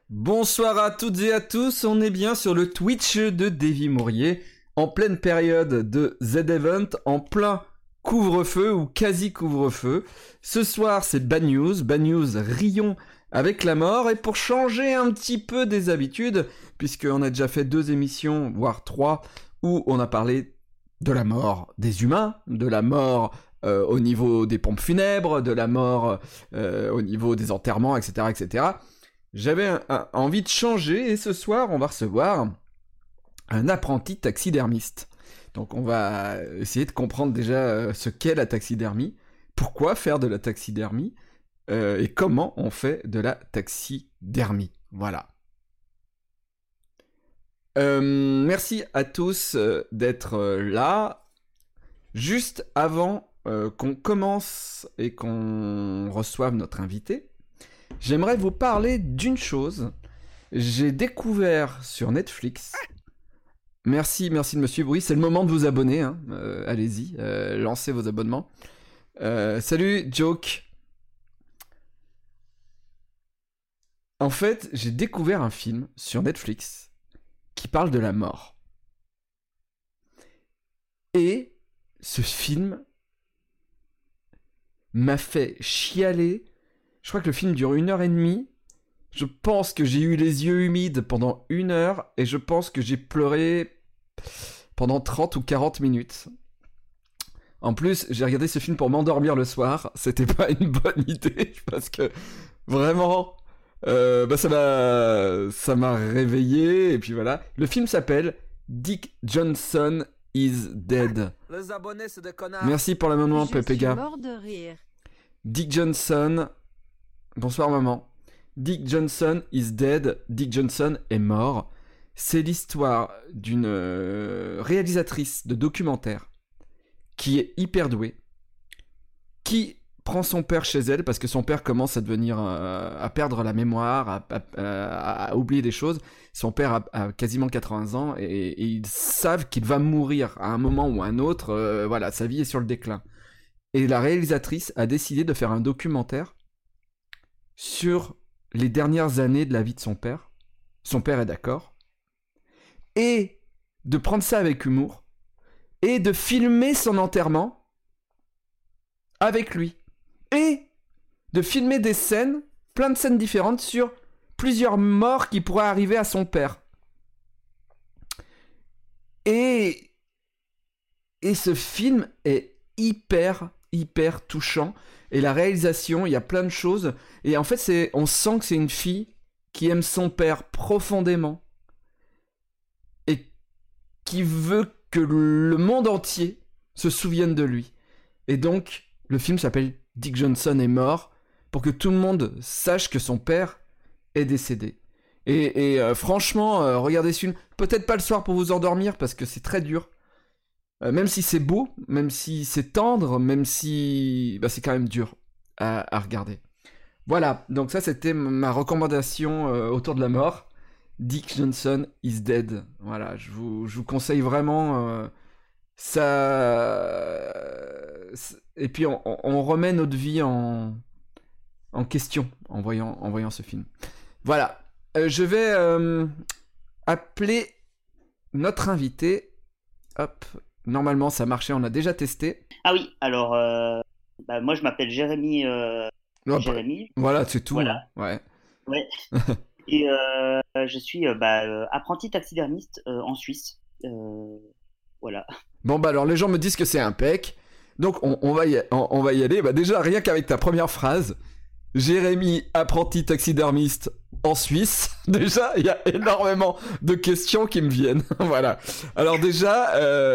Bonsoir à toutes et à tous, on est bien sur le Twitch de Davy Mourier, en pleine période de Z-Event, en plein couvre-feu ou quasi couvre-feu. Ce soir c'est Bad News Rion avec la mort, et pour changer un petit peu des habitudes, puisqu'on a déjà fait 2 émissions, voire 3, où on a parlé de la mort des humains, de la mort au niveau des pompes funèbres, de la mort au niveau des enterrements, etc., etc., j'avais envie de changer, et ce soir, on va recevoir un apprenti taxidermiste. Donc on va essayer de comprendre déjà ce qu'est la taxidermie, pourquoi faire de la taxidermie, et comment on fait de la taxidermie. Voilà. Merci à tous d'être là. Juste avant qu'on commence et qu'on reçoive notre invité, j'aimerais vous parler d'une chose. J'ai découvert sur Netflix. Merci de me suivre. Oui, c'est le moment de vous abonner. Hein. Allez-y, lancez vos abonnements. Salut, Joke. En fait, j'ai découvert un film sur Netflix qui parle de la mort. Et ce film m'a fait chialer. Je crois que le film dure 1h30. Je pense que j'ai eu les yeux humides pendant 1 heure, et je pense que j'ai pleuré pendant 30 ou 40 minutes. En plus, j'ai regardé ce film pour m'endormir le soir. C'était pas une bonne idée, parce que vraiment, ça m'a réveillé, et puis voilà. Le film s'appelle Dick Johnson is Dead. Les abonnés, c'est des connards. Merci pour l'amendement, Pépéga. Je suis mort de rire. Dick Johnson. Bonsoir, maman. Dick Johnson is dead. Dick Johnson est mort. C'est l'histoire d'une réalisatrice de documentaire qui est hyper douée, qui prend son père chez elle parce que son père commence à devenir à perdre la mémoire, à oublier des choses. Son père a quasiment 80 ans, et ils savent qu'il va mourir à un moment ou à un autre. Voilà, sa vie est sur le déclin. Et la réalisatrice a décidé de faire un documentaire sur les dernières années de la vie de son père. Son père est d'accord. Et de prendre ça avec humour, et de filmer son enterrement avec lui. Et de filmer des scènes, plein de scènes différentes sur plusieurs morts qui pourraient arriver à son père. Et ce film est hyper touchant. Et la réalisation, il y a plein de choses. Et en fait, on sent que c'est une fille qui aime son père profondément. Et qui veut que le monde entier se souvienne de lui. Et donc, le film s'appelle Dick Johnson est mort, pour que tout le monde sache que son père est décédé. Et franchement, regardez ce film. Peut-être pas le soir pour vous endormir, parce que c'est très dur. Même si c'est beau, même si c'est tendre, même si... c'est quand même dur à regarder. Voilà, donc ça c'était ma recommandation autour de la mort. Dick Johnson is dead. Voilà, je vous conseille vraiment ça. Et puis on remet notre vie en question en voyant ce film. Voilà, je vais appeler notre invité. Hop. Normalement, ça marchait, on a déjà testé. Ah oui, alors, moi je m'appelle Jérémy. Jérémy. Voilà, c'est tout. Voilà. Hein. Ouais. Et je suis apprenti taxidermiste en Suisse. Voilà. Bon, alors les gens me disent que c'est impec. Donc on va y aller. Déjà, rien qu'avec ta première phrase, Jérémy, apprenti taxidermiste en Suisse, déjà, il y a énormément de questions qui me viennent. Voilà. Alors déjà,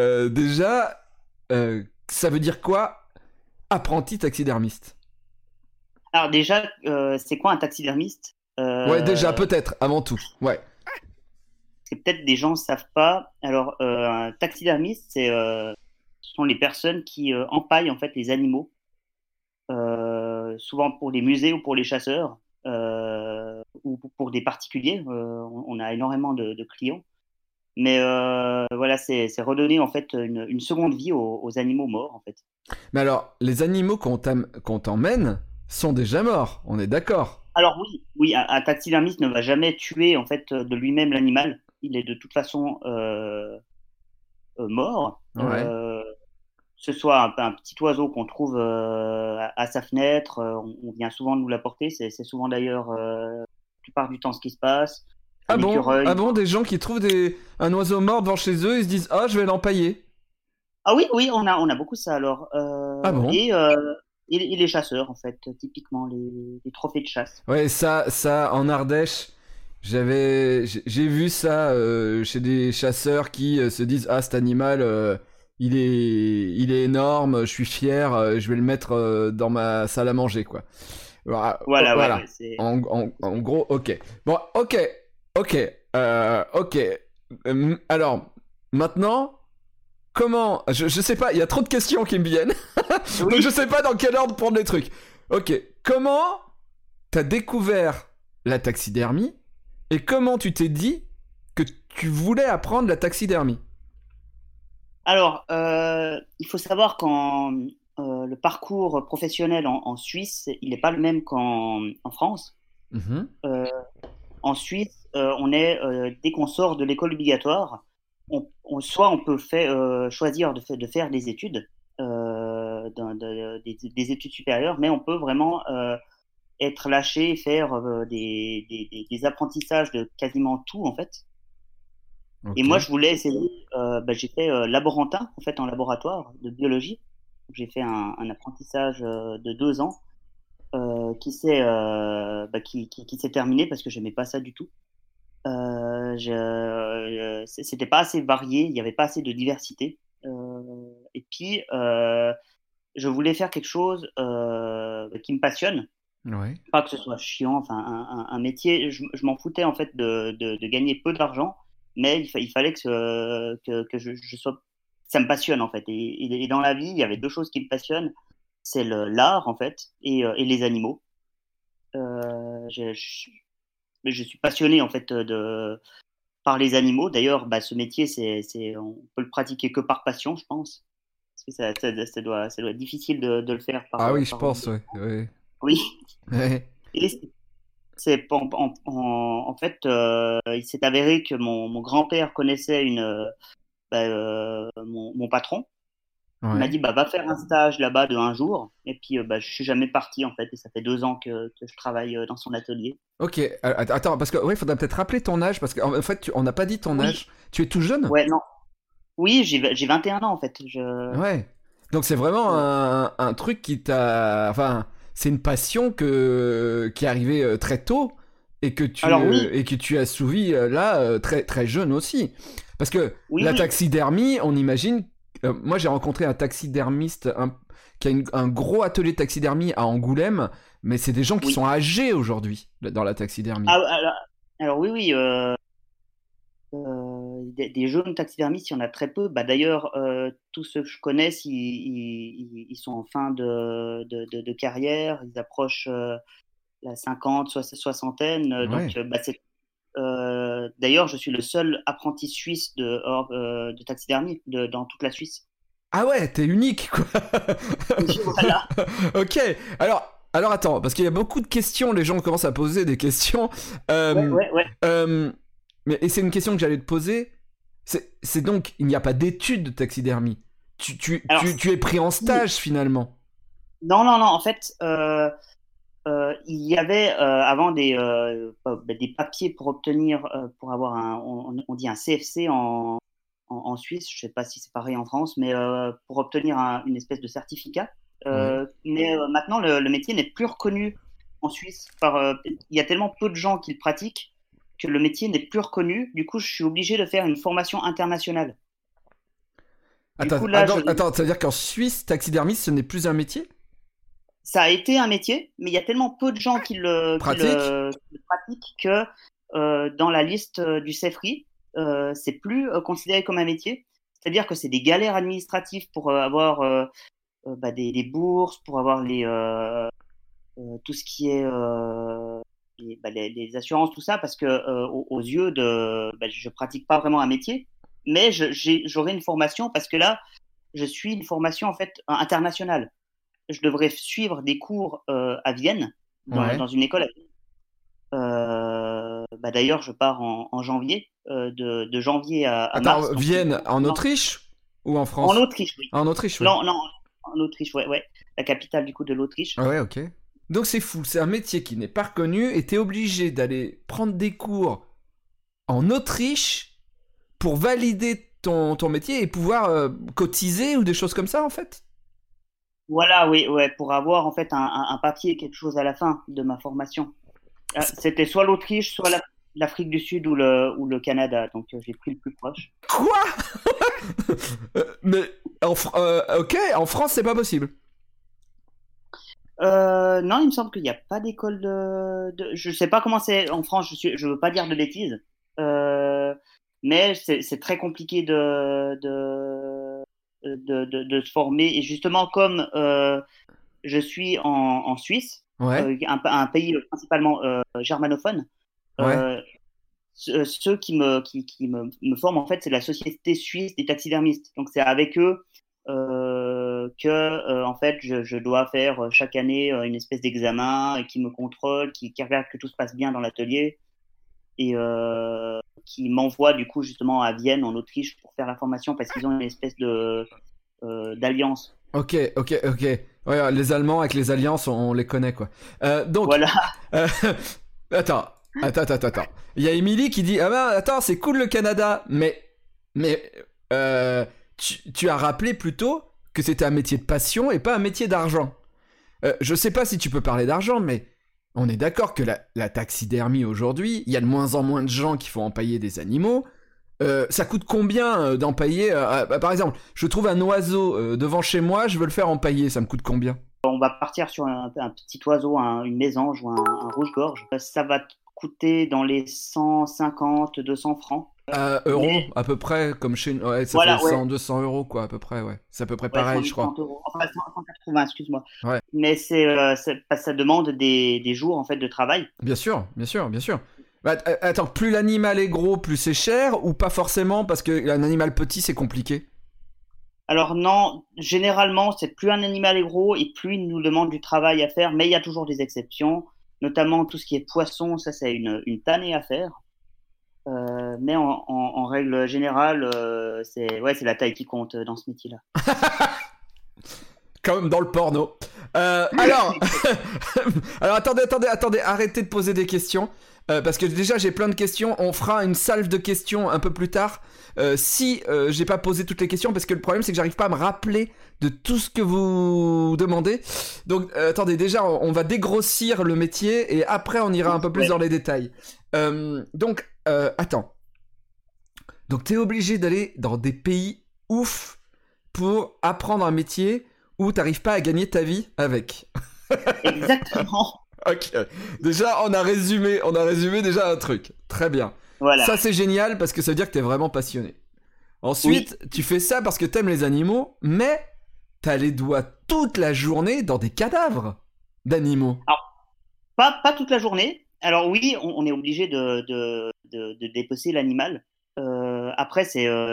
ça veut dire quoi, apprenti taxidermiste ? Alors déjà, c'est quoi un taxidermiste ? Ouais, déjà, peut-être, avant tout. Ouais. C'est peut-être des gens ne savent pas. Alors, un taxidermiste, ce sont les personnes qui empaillent en fait les animaux, souvent pour les musées ou pour les chasseurs. Ou pour des particuliers, on a énormément de clients, mais voilà, c'est redonner en fait une seconde vie aux animaux morts en fait. Mais alors, les animaux qu'on t'emmène sont déjà morts, on est d'accord ? Alors oui, un taxidermiste ne va jamais tuer en fait de lui-même l'animal. Il est de toute façon mort. Ouais. Que ce soit un petit oiseau qu'on trouve à sa fenêtre, on vient souvent nous l'apporter. C'est souvent d'ailleurs la plupart du temps ce qui se passe. Ah Un bon? Ah écureuil. bon, des gens qui trouvent un oiseau mort devant chez eux, ils se disent ah je vais l'empailler. Ah oui, on a beaucoup ça alors. Ah bon? Et les chasseurs en fait, typiquement les trophées de chasse. Ouais, ça, en Ardèche, j'ai vu ça chez des chasseurs qui se disent ah cet animal, il est énorme, je suis fier, je vais le mettre dans ma salle à manger quoi. Voilà, Voilà, ouais, voilà. c'est. En gros, ok. Bon, ok, ok, ok. Alors, maintenant, comment, je sais pas, il y a trop de questions qui me viennent, donc je Oui. sais pas dans quel ordre prendre les trucs. Ok, comment t'as découvert la taxidermie et comment tu t'es dit que tu voulais apprendre la taxidermie? Alors, il faut savoir qu'en le parcours professionnel en Suisse, il n'est pas le même qu'en France. Mhm. Euh, En Suisse, dès qu'on sort de l'école obligatoire, soit on peut choisir de faire des études, des études supérieures, mais on peut vraiment être lâché et faire des apprentissages de quasiment tout en fait. Et Ok. moi, je voulais essayer. J'ai fait laborantin en fait en laboratoire de biologie. J'ai fait un apprentissage de 2 ans qui s'est terminé parce que j'aimais pas ça du tout. C'était pas assez varié, il n'y avait pas assez de diversité. Et puis, je voulais faire quelque chose qui me passionne, Ouais. pas que ce soit chiant, enfin un métier. Je m'en foutais en fait de gagner peu d'argent, mais il fallait que je sois, ça me passionne en fait. Et dans la vie, il y avait deux choses qui me passionnent, c'est l'art en fait et les animaux. Mais je suis passionné en fait par les animaux. D'ailleurs, ce métier, on peut le pratiquer que par passion, je pense. Parce que ça doit être difficile de le faire Ah oui, je par pense, ouais. Ouais. oui. Ouais. Et en fait, il s'est avéré que mon grand-père connaissait mon patron. Il m'a Ouais. dit, va faire un stage là-bas de un jour. Et puis, je suis jamais parti, en fait. Et ça fait 2 ans que je travaille dans son atelier. Ok. Attends, parce que ouais, faudrait peut-être rappeler ton âge parce qu'en fait, on n'a pas dit ton Oui, âge. Tu es tout jeune? ouais, non. Oui, j'ai 21 ans, en fait. Ouais. Donc c'est vraiment Euh, un truc qui t'a, enfin, c'est une passion qui est arrivée très tôt alors oui, et que tu as assouvi là très très jeune aussi. Parce que oui, la oui. taxidermie, on imagine. Moi, j'ai rencontré un taxidermiste qui a un gros atelier de taxidermie à Angoulême, mais c'est des gens qui Oui. sont âgés aujourd'hui dans la taxidermie. Ah, alors oui, oui. Des jeunes taxidermistes, il y en a très peu. D'ailleurs, tous ceux que je connais, ils sont en fin de carrière. Ils approchent la 50, soixantaine. Ouais. D'ailleurs, je suis le seul apprenti suisse de taxidermie dans toute la Suisse. Ah ouais, t'es unique, quoi. Voilà. Ok. Alors attends, parce qu'il y a beaucoup de questions. Les gens commencent à poser des questions. Ouais, Euh, ouais, ouais. euh, et c'est une question que j'allais te poser. C'est donc, il n'y a pas d'études de taxidermie. Alors, Tu es pris en si- stage finalement. non, non, non. En fait, il y avait avant des papiers pour obtenir, pour avoir on dit un CFC en Suisse, je ne sais pas si c'est pareil en France, mais pour obtenir une espèce de certificat. Ouais. Mais maintenant, le métier n'est plus reconnu en Suisse. Il y a tellement peu de gens qui le pratiquent que le métier n'est plus reconnu. Du coup, je suis obligé de faire une formation internationale. Du coup, là, Attends, ça veut dire qu'en Suisse, taxidermiste, ce n'est plus un métier? ça a été un métier, mais il y a tellement peu de gens Pratique? qui le pratiquent que dans la liste du CEFRI, c'est plus considéré comme un métier. C'est-à-dire que c'est des galères administratives pour avoir des bourses, pour avoir tout ce qui est les assurances, tout ça, parce que aux yeux je pratique pas vraiment un métier, mais j'aurai une formation parce que là, je suis une formation en fait internationale. Je devrais suivre des cours à Vienne, Ouais. dans une école à Vienne. D'ailleurs, je pars en janvier, de janvier à mars. Attends, Donc, Vienne, en Autriche ou en en France? Autriche, oui. En Autriche, oui. Non, non, en Autriche, ouais, ouais. La capitale du coup de l'Autriche. Ah ouais, ok. Donc c'est fou, c'est un métier qui n'est pas reconnu et t'es obligé d'aller prendre des cours en Autriche pour valider ton métier et pouvoir cotiser ou des choses comme ça en fait. Voilà, oui, ouais, pour avoir en fait un papier, quelque chose à la fin de ma formation. C'était soit l'Autriche, soit l'Afrique du Sud ou le Canada. Donc j'ai pris le plus proche. Quoi? Mais ok, en France c'est pas possible. Non, il me semble qu'il n'y a pas d'école je sais pas comment c'est en France. Je veux pas dire de bêtises, mais c'est très compliqué de se former. Et justement, comme je suis en Suisse, Ouais, un pays principalement germanophone, ouais. euh, ceux qui me forment, en fait, c'est la Société suisse des taxidermistes. Donc, c'est avec eux que, en fait, je dois faire chaque année une espèce d'examen qui me contrôle, qui regarde que tout se passe bien dans l'atelier et qui m'envoie, du coup, justement à Vienne, en Autriche, pour faire la formation parce qu'ils ont une espèce d'alliance. Ok, ok, ok. Ouais, les Allemands avec les alliances, on les connaît quoi. Donc, Voilà. euh, attends. Il y a Émilie qui dit ah ben attends c'est cool le Canada, mais tu as rappelé plutôt que c'était un métier de passion et pas un métier d'argent. Je sais pas si tu peux parler d'argent, mais on est d'accord que la taxidermie aujourd'hui, il y a de moins en moins de gens qui font empailler des animaux. Ça coûte combien d'empailler par exemple, je trouve un oiseau devant chez moi, je veux le faire empailler, ça me coûte combien? On va partir sur un petit oiseau, une mésange ou un rouge-gorge. Ça va te coûter dans les 150, 200 francs. Euros, Mais à peu près, comme chez... Ouais, ça fait voilà, ouais, 100, 200 euros, quoi, à peu près, ouais. C'est à peu près ouais, pareil, 100, je crois. 100 euros. Enfin, 180, excuse-moi. Ouais, Mais parce que ça demande des jours en fait de travail. bien sûr, bien sûr, bien sûr. Bah, attends, plus l'animal est gros, plus c'est cher, ou pas forcément, parce qu'un animal petit, c'est compliqué? Alors non, généralement, c'est plus un animal est gros et plus il nous demande du travail à faire, mais il y a toujours des exceptions, notamment tout ce qui est poisson, ça c'est une tannée à faire. Mais en règle générale, c'est la taille qui compte dans ce métier-là. Comme dans le porno. Alors, alors attendez, arrêtez de poser des questions. Parce que déjà j'ai plein de questions, on fera une salve de questions un peu plus tard. Si j'ai pas posé toutes les questions, parce que le problème c'est que j'arrive pas à me rappeler de tout ce que vous demandez. Donc attendez, déjà on va dégrossir le métier et après on ira un peu plus Ouais. dans les détails. Donc attends. Donc t'es obligé d'aller dans des pays ouf pour apprendre un métier où t'arrives pas à gagner ta vie avec. Exactement. Ok. Déjà, on a résumé déjà un truc. Très bien. Voilà. Ça, c'est génial parce que ça veut dire que t'es vraiment passionné. Ensuite, Oui. tu fais ça parce que t'aimes les animaux, mais t'as les doigts toute la journée dans des cadavres d'animaux. Alors, pas toute la journée. Alors oui, on est obligé de dépecer l'animal. Après,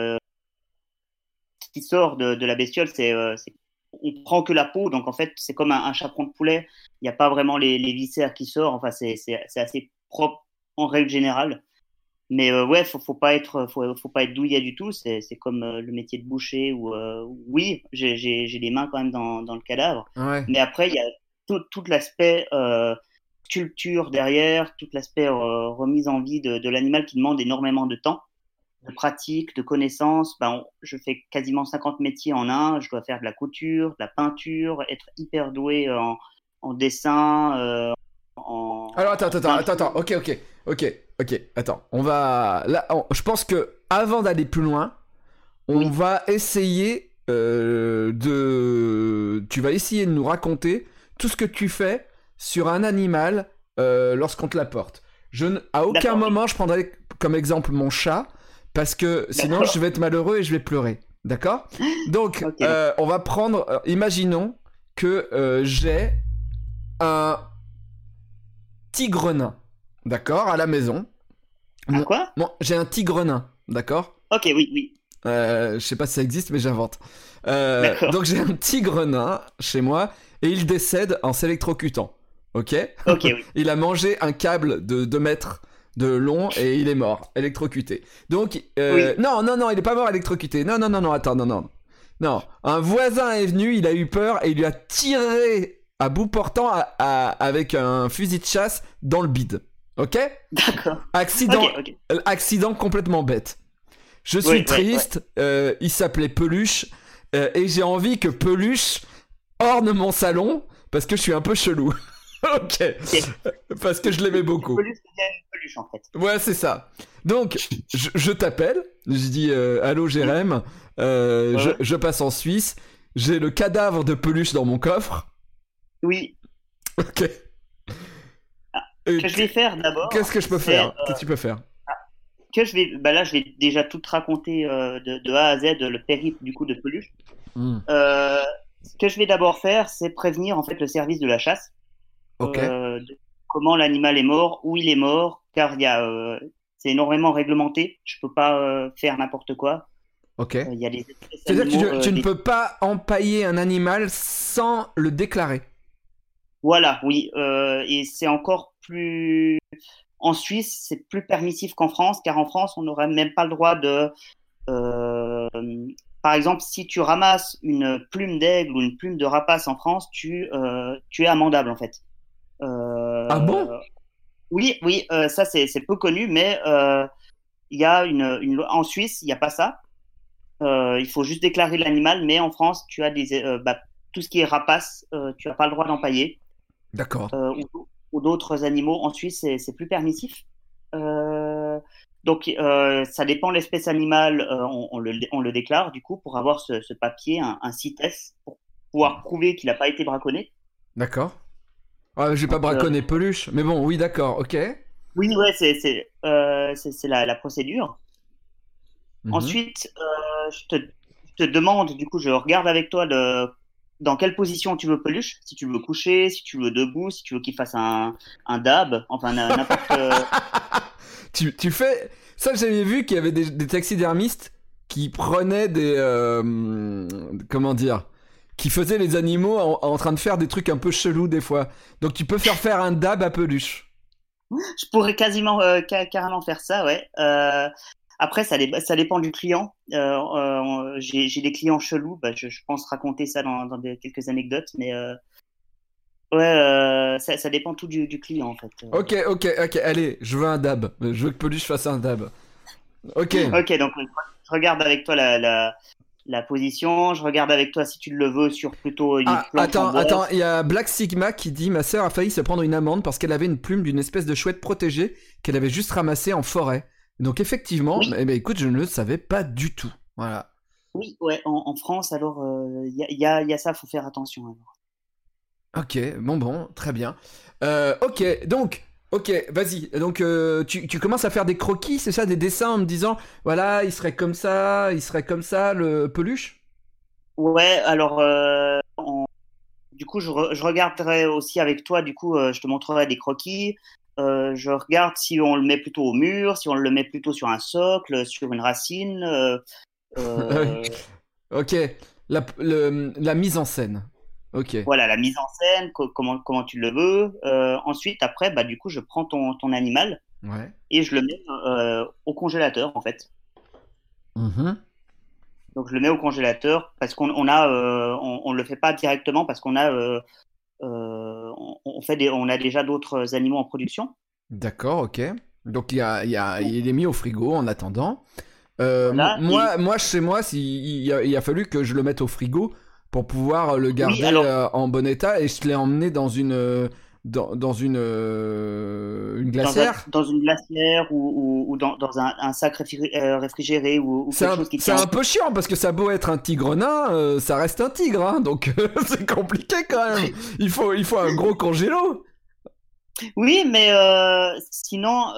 ce qui sort de la bestiole, on prend que la peau. Donc en fait, c'est comme un chaperon de poulet. Il n'y a pas vraiment les viscères qui sortent. Enfin, c'est assez propre en règle générale. Mais ouais, faut pas être douillet du tout. C'est comme le métier de boucher oui, j'ai les mains quand même dans le cadavre. Ouais. Mais après, il y a tout l'aspect sculpture derrière, tout l'aspect remise en vie de l'animal qui demande énormément de temps, de pratique, de connaissances. Je fais quasiment 50 métiers en un. Je dois faire de la couture, de la peinture, être hyper doué en dessin, Alors en plein de attends. choses. Ok. Attends. On va. Là, je pense que avant d'aller plus loin, on Oui, va essayer de. Tu vas essayer de nous raconter tout ce que tu fais sur un animal lorsqu'on te l'apporte. À aucun d'accord, oui, moment je prendrai comme exemple mon chat parce que sinon je d'accord. vais être malheureux et je vais pleurer. D'accord? Donc Ok, d'accord. on va prendre. Imaginons que j'ai un tigre nain. D'accord? À la maison. À quoi? J'ai un tigre nain. D'accord? Ok, oui, oui, Je sais pas si ça existe, mais j'invente. d'accord. Donc j'ai un tigre nain chez moi et il décède en s'électrocutant. ok? Ok, oui. Il a mangé un câble de 2 mètres de long et il est mort, électrocuté. Donc, Oui. non, il est pas mort électrocuté. Non, attends, non. Non, un voisin est venu, il a eu peur et il lui a tiré à bout portant avec un fusil de chasse dans le bide. Ok? D'accord. Accident, Ok. accident complètement bête. Je suis triste, il s'appelait Peluche et j'ai envie que Peluche orne mon salon parce que je suis un peu chelou. Ok. Parce que je l'aimais beaucoup. Peluche, c'est une peluche en fait. Ouais, c'est ça. Donc, je t'appelle, je dis allô Jérém, je passe en Suisse, j'ai le cadavre de Peluche dans mon coffre. Oui. Ok. Que je vais faire d'abord. Qu'est-ce que je peux faire Qu'est-ce que tu peux faire Là, je vais déjà tout te raconter de A à Z le périple du coup de Peluche. Ce que je vais d'abord faire, c'est prévenir en fait le service de la chasse. Ok. De comment l'animal est mort, où il est mort, car c'est énormément réglementé. Je peux pas faire n'importe quoi. Ok. Il y a des C'est-à-dire animaux, que tu ne peux pas empailler un animal sans le déclarer. Voilà, oui. Et c'est encore plus. En Suisse, c'est plus permissif qu'en France, car en France, on n'aurait même pas le droit de. euh, Par exemple, si tu ramasses une plume d'aigle ou une plume de rapace en France, tu es amendable en fait. Ah bon? Oui, ça c'est peu connu, mais il y a en Suisse, il n'y a pas ça. Il faut juste déclarer l'animal, mais en France, tu as tout ce qui est rapace, tu n'as pas le droit d'empailler. D'accord. Ou d'autres animaux. En Suisse, c'est plus permissif. Donc, ça dépend de l'espèce animale, on le déclare du coup pour avoir ce papier, un CITES, pour pouvoir prouver qu'il n'a pas été braconné. D'accord. Ah, j'ai pas braconné Peluche, mais bon, oui, d'accord, ok. Oui, ouais, c'est la procédure. Ensuite, je te demande, du coup, je regarde avec toi dans quelle position tu veux Peluche, si tu veux coucher, si tu veux debout, si tu veux qu'il fasse un dab, enfin n'importe. Tu fais. Ça, j'avais vu qu'il y avait des taxidermistes qui prenaient des. Comment dire? Qui faisaient les animaux en train de faire des trucs un peu chelous des fois. Donc tu peux faire un dab à Peluche. Je pourrais carrément faire ça, ouais. Après, ça dépend du client. J'ai des clients chelous. Je pense raconter ça dans quelques anecdotes, mais ouais, ça dépend tout du client en fait. Ok, allez, je veux un dab. Je veux que Peluche fasse un dab. Ok. Ok, donc je regarde avec toi la position. Je regarde avec toi si tu le veux sur plutôt une planche en bois. Attends, il y a Black Sigma qui dit: ma sœur a failli se prendre une amende parce qu'elle avait une plume d'une espèce de chouette protégée qu'elle avait juste ramassée en forêt. Donc effectivement, oui. Écoute, je ne le savais pas du tout. Voilà. Oui, ouais, en France, alors il y a ça, faut faire attention. Alors. Ok, bon, très bien. Ok, vas-y. Donc tu commences à faire des croquis, c'est ça, des dessins en me disant, voilà, il serait comme ça, le Peluche. Ouais, alors du coup, je regarderai aussi avec toi. Du coup, je te montrerai des croquis. Je regarde si on le met plutôt au mur, si on le met plutôt sur un socle, sur une racine. Ok, la mise en scène. Ok. Voilà, la mise en scène, comment tu le veux. Ensuite, après, du coup, je prends ton animal et je le mets au congélateur, en fait. Donc, je le mets au congélateur parce qu'on le fait pas directement parce qu'on a on a déjà d'autres animaux en production. D'accord, ok. Donc il est mis au frigo en attendant. Voilà, moi, chez moi, il a fallu que je le mette au frigo pour pouvoir le garder en bon état, et je l'ai emmené dans une glacière. Dans une glacière ou dans un sac réfrigéré ou quelque chose qui c'est un peu chiant parce que ça a beau être un tigre nain, ça reste un tigre, hein, donc c'est compliqué quand même. Il faut un gros congélo. Oui, mais sinon,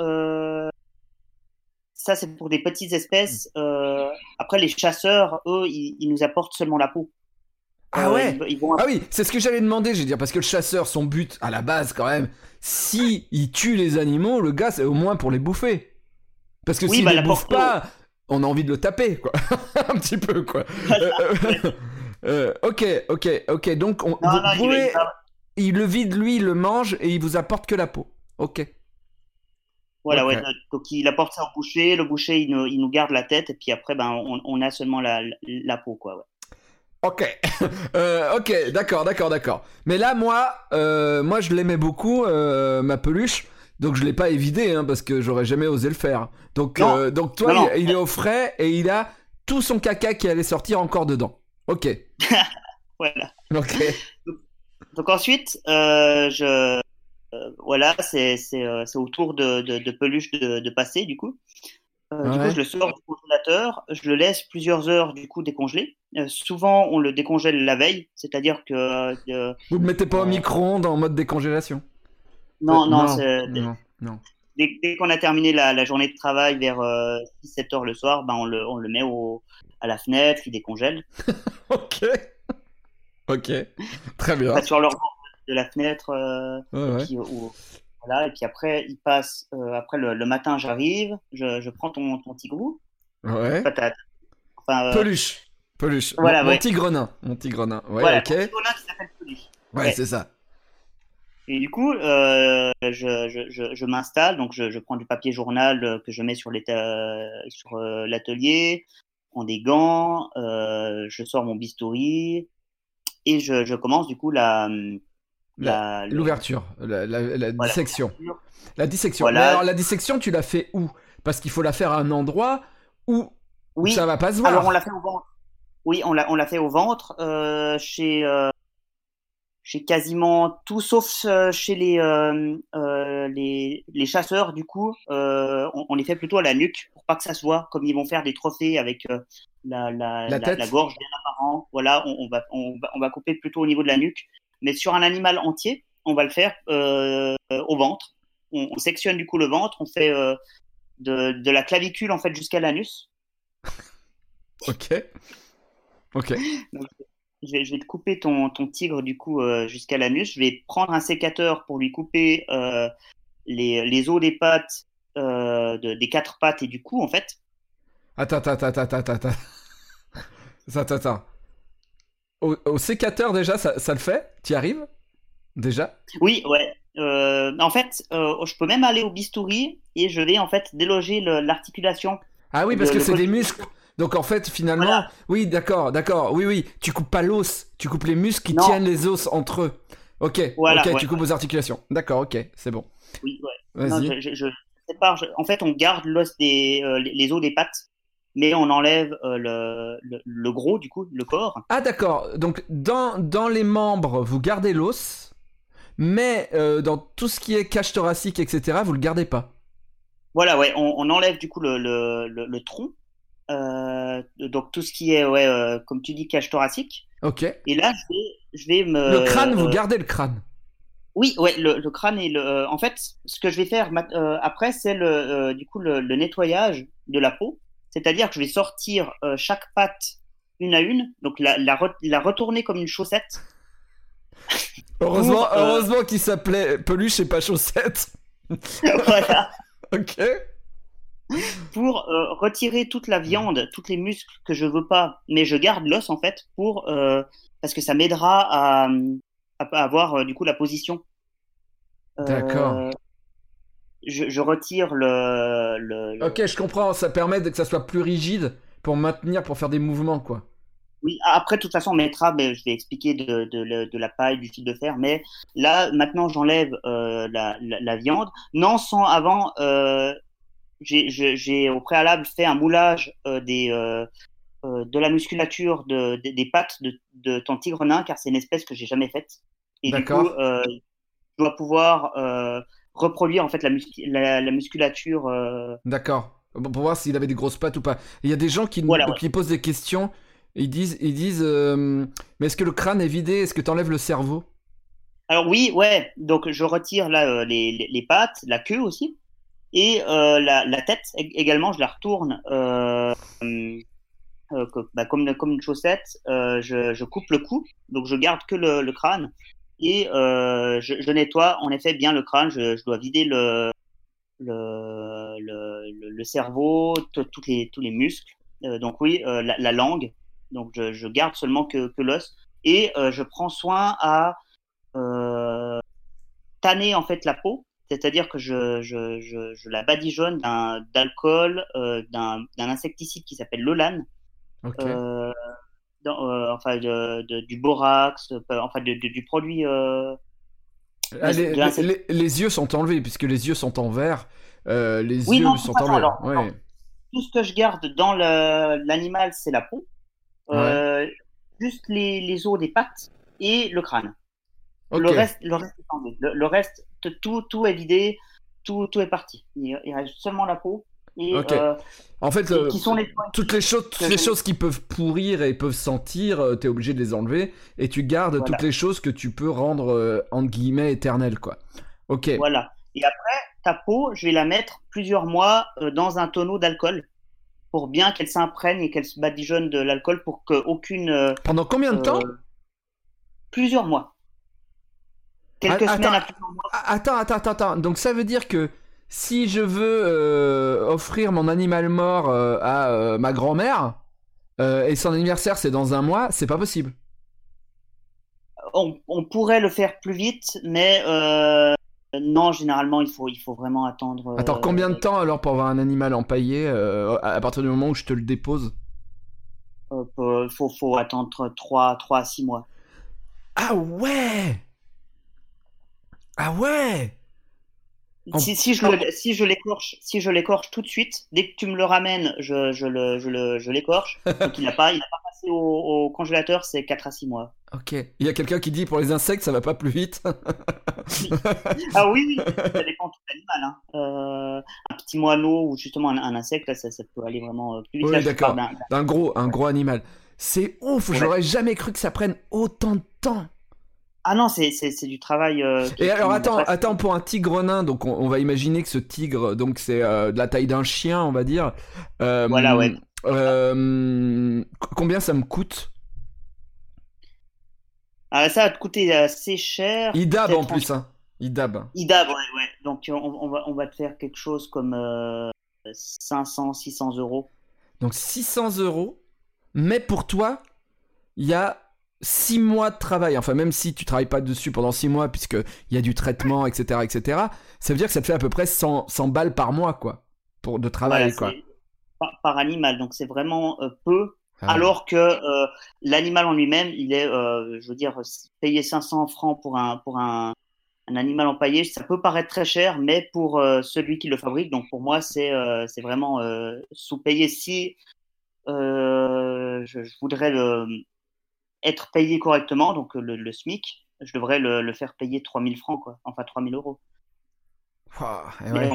ça c'est pour des petites espèces. Après, les chasseurs, eux, ils nous apportent seulement la peau. Ah ouais. Ah oui, c'est ce que j'allais demander, j'ai dire, parce que le chasseur, son but à la base quand même, si il tue les animaux, le gars, c'est au moins pour les bouffer. Parce que s'il les bouffe pas, on a envie de le taper, quoi. Un petit peu, quoi. Ok. Donc, il le vide, lui, il le mange et il vous apporte que la peau. Ok. Voilà, Ok. ouais. Donc il apporte ça au boucher, le boucher il nous garde la tête et puis après ben on a seulement la peau quoi. Ouais. Ok. Ok, d'accord. Mais là, moi, je l'aimais beaucoup, ma peluche. Donc je l'ai pas évidé, hein, parce que j'aurais jamais osé le faire. Non, Donc toi, non, non. il est au frais et il a tout son caca qui allait sortir encore dedans. Ok. Voilà. Ok. Donc ensuite voilà c'est au tour de peluche de passer du coup. Du coup, je Ouais. le sors du congélateur, je le laisse plusieurs heures du coup décongelé. Souvent, on le décongèle la veille, c'est-à-dire que Vous le mettez pas au euh, micro-ondes en mode décongélation. non, Non, non, non. dès qu'on a terminé la journée de travail vers 6-7 heures le soir, ben on le met à la fenêtre, il décongèle. Ok. Ok. Très bien. Pas sur leur bord de la fenêtre, Ouais, et ouais. puis voilà, et puis après il passe. Après le matin, j'arrive, je prends ton tigrou, petite Ouais. patate. Enfin, Peluche. Peluche. voilà, Mon ouais. tigrenin. Mon tigrenin. Ouais, Voilà, ok. ton petit bonhomme qui s'appelle Peluche. Ouais, Ouais. c'est ça. Et du coup, je m'installe, donc je prends du papier journal que je mets sur l'atelier, je prends des gants, je sors mon bistouri et je commence du coup L'ouverture. La voilà, dissection. La dissection. Mais voilà. alors, la dissection, tu l'as fait où? Parce qu'il faut la faire à un endroit où ça Oui, va pas se alors on l'a voir. fait au ventre. Oui, on l'a fait au ventre, chez quasiment tout, sauf chez les chasseurs, du coup, on les fait plutôt à la nuque pour pas que ça se voit, comme ils vont faire des trophées avec La la tête. gorge bien apparent. Voilà, on va couper plutôt au niveau de la nuque. Mais sur un animal entier, on va le faire au ventre. On sectionne du coup le ventre, on fait de la clavicule en fait jusqu'à l'anus. Ok. Ok. Donc, je vais te couper ton tigre du coup jusqu'à l'anus. Je vais prendre un sécateur pour lui couper les os des pattes, des quatre pattes et du cou en fait. Attends. Attends. Au sécateur, déjà, ça le fait? T'y arrives? Déjà? Oui, ouais. En fait, je peux même aller au bistouri et je vais en fait déloger l'articulation, Ah oui, parce que le c'est col des du muscles. cou. Donc en fait, Voilà. finalement, oui, d'accord, oui. Tu coupes pas l'os, tu coupes les muscles qui Non, tiennent les os entre eux. voilà, Ok, ouais, tu coupes aux articulations. D'accord, ok, c'est bon. oui, ouais. Non, Vas-y. je sépare. En fait, on garde l'os les os des pattes, mais on enlève le gros du coup, le corps. Ah d'accord, donc dans les membres, vous gardez l'os, mais dans tout ce qui est cage thoracique, etc., vous le gardez pas. Voilà, ouais, on enlève du coup le tronc, donc tout ce qui est, ouais, comme tu dis, cage thoracique. Ok. Et là, je vais Le crâne, vous gardez le crâne. oui, ouais, le crâne et en fait, ce que je vais faire après, c'est du coup le nettoyage de la peau. C'est-à-dire que je vais sortir chaque patte une à une, donc la retourner comme une chaussette Heureusement, pour, heureusement qu'il s'appelait peluche et pas chaussette. voilà, Ok. pour retirer toute la viande, tous les muscles que je veux pas, mais je garde l'os en fait parce que ça m'aidera à avoir du coup la position. D'accord. Euh, je retire Ok, je comprends. Ça permet que ça soit plus rigide pour maintenir, pour faire des mouvements, quoi. Oui, après, de toute façon, on mettra, mais je vais expliquer de la paille, du fil de fer. Mais là, maintenant, j'enlève la viande. Non, sans avant, j'ai au préalable fait un moulage de la musculature des pattes de ton tigre nain, car c'est une espèce que j'ai jamais faite. Et du coup, D'accord. je dois pouvoir reproduire en fait la musculature. D'accord. Bon, pour voir s'il avait des grosses pattes ou pas. Il y a des gens Voilà, ouais. qui posent des questions. Ils disent, mais est-ce que le crâne est vidé? Est-ce que t'enlèves le cerveau? Alors oui, ouais. Donc je retire là les pattes, la queue aussi. Et la tête également, je la retourne comme une chaussette. Je coupe le cou, donc je garde que le crâne. Et je nettoie en effet bien le crâne. Je dois vider le cerveau, tous les muscles. Donc oui, la langue. Donc je garde seulement que l'os. Et je prends soin à tanner en fait la peau, c'est-à-dire que je la badigeonne d'alcool, d'un insecticide qui s'appelle l'olane, Ok. euh, enfin du borax, enfin du produit Ah, de l'insecticide. les yeux sont enlevés, puisque les yeux sont en verre. Les Oui, non, yeux de toute sont façon, enlevés. alors, Ouais. tout ce que je garde dans l'animal, c'est la peau, Ouais. euh, juste les os des pattes et le crâne. Ok. Le reste est enlevé. Le reste, tout est vidé, tout est parti. Il reste seulement la peau et, Ok. En fait, qui sont les points toutes que les je. choses qui peuvent pourrir et peuvent sentir, t'es obligé de les enlever. Et tu gardes toutes Voilà, les choses que tu peux rendre, entre guillemets, éternelles, quoi. Ok. voilà. Et après, ta peau, je vais la mettre plusieurs mois dans un tonneau d'alcool pour bien qu'elle s'imprègne et qu'elle se badigeonne de l'alcool pour qu'aucune. Pendant combien de temps? Euh, plusieurs mois. Quelques Attends, semaines à plusieurs mois. attends. Donc ça veut dire que si je veux offrir mon animal mort à ma grand-mère, et son anniversaire c'est dans un mois, c'est pas possible. On pourrait le faire plus vite, mais non, généralement, il faut vraiment attendre. Attends, combien de temps alors pour avoir un animal empaillé à partir du moment où je te le dépose? Faut attendre 3 à 6 mois. Ah ouais. Ah ouais. En- Si je l'écorche tout de suite, dès que tu me le ramènes, je l'écorche. Donc il a pas passé au congélateur, c'est 4 à 6 mois. Ok. Il y a quelqu'un qui dit pour les insectes ça va pas plus vite. Oui. Ah oui, oui, ça dépend de l'animal, hein. Un petit moineau ou justement un insecte, là, ça peut aller vraiment plus vite. Là, Oui, je te parle d'accord. d'un. Un gros animal. C'est ouf, Ouais. j'aurais jamais cru que ça prenne autant de temps. Ah non, c'est du travail Et qui alors demande la patience. attends pour un tigre nain, donc on va imaginer que ce tigre, donc c'est de la taille d'un chien, on va dire. Voilà, ouais. Combien ça me coûte? Ah, ça va te coûter assez cher, Idab en peut-être plus, entre hein. Idab. IDA, ouais, ouais. Donc on va te faire quelque chose comme 500, 600 euros. Donc 600 €, mais pour toi, il y a 6 mois de travail. Enfin, même si tu travailles pas dessus pendant 6 mois, puisqu'il y a du traitement, etc., ça veut dire que ça te fait à peu près 100 balles par mois, quoi, de Voilà, travail, quoi. c'est par animal, donc c'est vraiment peu. Ah ouais. Alors que l'animal en lui-même, il est, je veux dire, payer 500 francs pour un animal empaillé, ça peut paraître très cher, mais pour celui qui le fabrique, donc pour moi, c'est vraiment sous-payé. Si je voudrais être payé correctement, donc le SMIC, je devrais le faire payer 3000 francs, quoi. Enfin 3000 euros. Ouah, eh Mais ouais.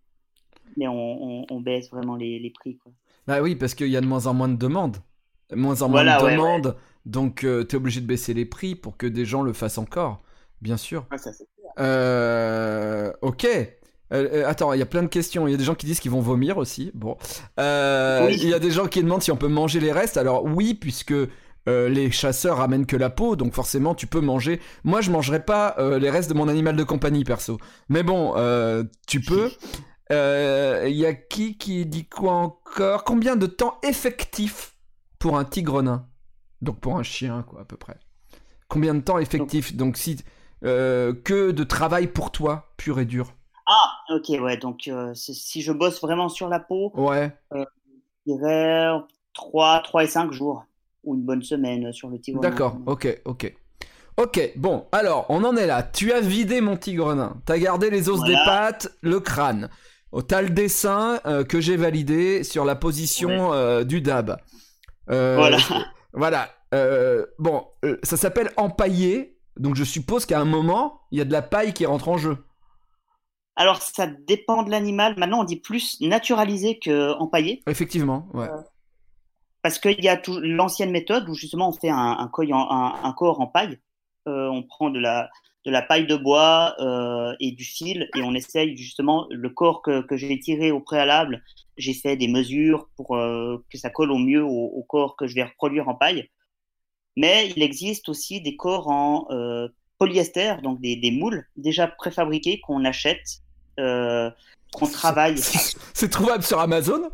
on baisse vraiment les prix, quoi. Bah oui, parce qu'il y a de moins en moins de demandes. De moins en moins de Voilà, ouais, ouais. demandes, donc t'es obligé de baisser les prix pour que des gens le fassent encore, bien sûr. Ouais, ça, c'est clair. Ok. Attends, il y a plein de questions. Il y a des gens qui disent qu'ils vont vomir aussi. Bon. Oui, Il y a des gens qui demandent si on peut manger les restes. Alors oui, puisque les chasseurs ramènent que la peau, donc forcément tu peux manger. Moi, je mangerai pas les restes de mon animal de compagnie, perso. Mais bon, tu peux. Il y a qui dit quoi encore? Combien de temps effectif pour un tigre nain? Donc pour un chien, quoi, à peu près. Combien de temps donc, effectif? Donc si que de travail pour toi, pur et dur. ok, ouais, donc si je bosse vraiment sur la peau, Ouais, je dirais 3 et 5 jours, ou une bonne semaine sur le tigrenin, quand d'accord, même. ok, bon, alors, on en est là. Tu as vidé mon tigre nain. T'as gardé les os des Voilà, pattes, le crâne. Oh, t'as le dessin que j'ai validé sur la ouais, position du dab. voilà. Voilà. Bon, ça s'appelle empailler. Donc je suppose qu'à un moment, il y a de la paille qui rentre en jeu. Alors, ça dépend de l'animal. Maintenant, on dit plus naturalisé que empaillé, Effectivement, ouais. parce qu'il y a l'ancienne méthode où justement on fait un corps en paille. On prend de la paille de bois et du fil et on essaye justement le corps que j'ai tiré au préalable. J'ai fait des mesures pour que ça colle au mieux au corps que je vais reproduire en paille. Mais il existe aussi des corps en polyester, donc des moules déjà préfabriqués qu'on achète, euh, qu'on travaille. C'est trouvable sur Amazon.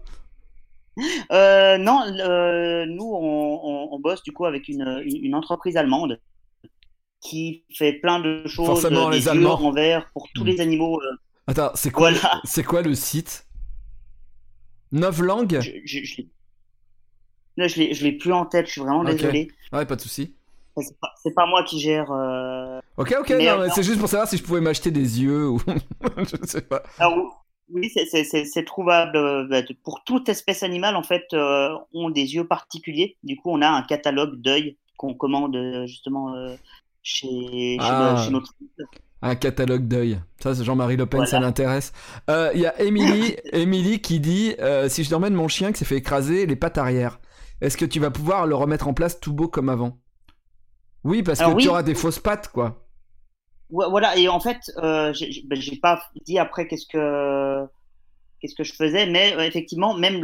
Non, nous on bosse du coup avec une entreprise allemande qui fait plein de choses, Forcément, des les yeux Allemands. en verre pour tous les animaux. Attends, Voilà. c'est quoi le site? 9 langues? Je l'ai là, je l'ai plus en tête, je suis vraiment Ok. désolé. Ouais, pas de souci. C'est pas moi qui gère. Ok, ok, Mais non, mais c'est juste pour savoir si je pouvais m'acheter des yeux ou. Je sais pas. alors, oui, c'est trouvable. Pour toute espèce animale, en fait, ont des yeux particuliers. Du coup, on a un catalogue d'œil qu'on commande justement chez Ah, notre site. un catalogue d'œil. Ça, c'est Jean-Marie Le Pen, ça Voilà. l'intéresse. Il y a Émilie qui dit si je t'emmène mon chien qui s'est fait écraser les pattes arrière, est-ce que tu vas pouvoir le remettre en place tout beau comme avant? Oui, parce que Alors tu auras oui, des fausses pattes, quoi. voilà. Et en fait, j'ai pas dit après qu'est-ce que je faisais, mais effectivement, même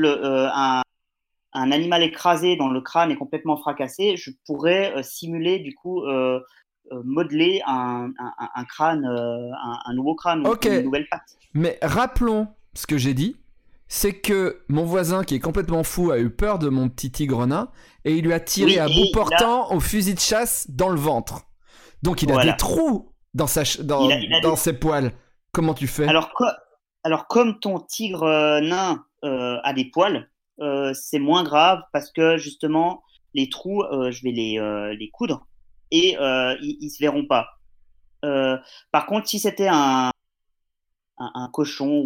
un animal écrasé dont le crâne est complètement fracassé, je pourrais simuler du coup modeler un crâne, un nouveau crâne Ok, ou une nouvelle patte. mais rappelons ce que j'ai dit. C'est que mon voisin qui est complètement fou a eu peur de mon petit tigre nain et il lui a tiré Oui, à bout et portant au fusil de chasse dans le ventre. Donc il a des voilà. trous dans, Il a dans ses poils. Comment tu fais? Alors, alors comme ton tigre nain a des poils, c'est moins grave parce que justement les trous, je vais les coudre et ils se verront pas. Par contre, si c'était un cochon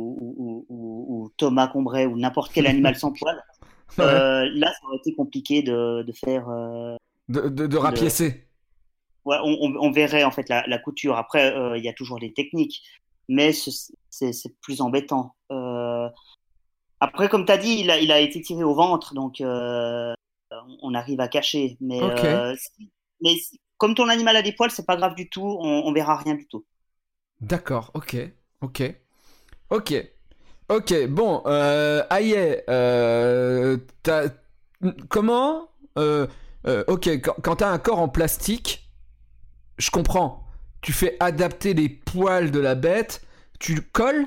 ou Thomas Combray ou n'importe quel animal sans poils, Ouais. là, ça aurait été compliqué de faire. De De... rapiécer. Ouais, on verrait en fait la couture. Après, il y a toujours des techniques, mais c'est plus embêtant. Après, comme tu as dit, il a été tiré au ventre, donc on arrive à cacher. Ok. Comme ton animal a des poils, c'est pas grave du tout, on verra rien du tout. D'accord. Ok. Ok. Ok. Ok. Bon. Aïe. Comment ok. Quand t'as un corps en plastique, je comprends. Tu fais adapter les poils de la bête. Tu colles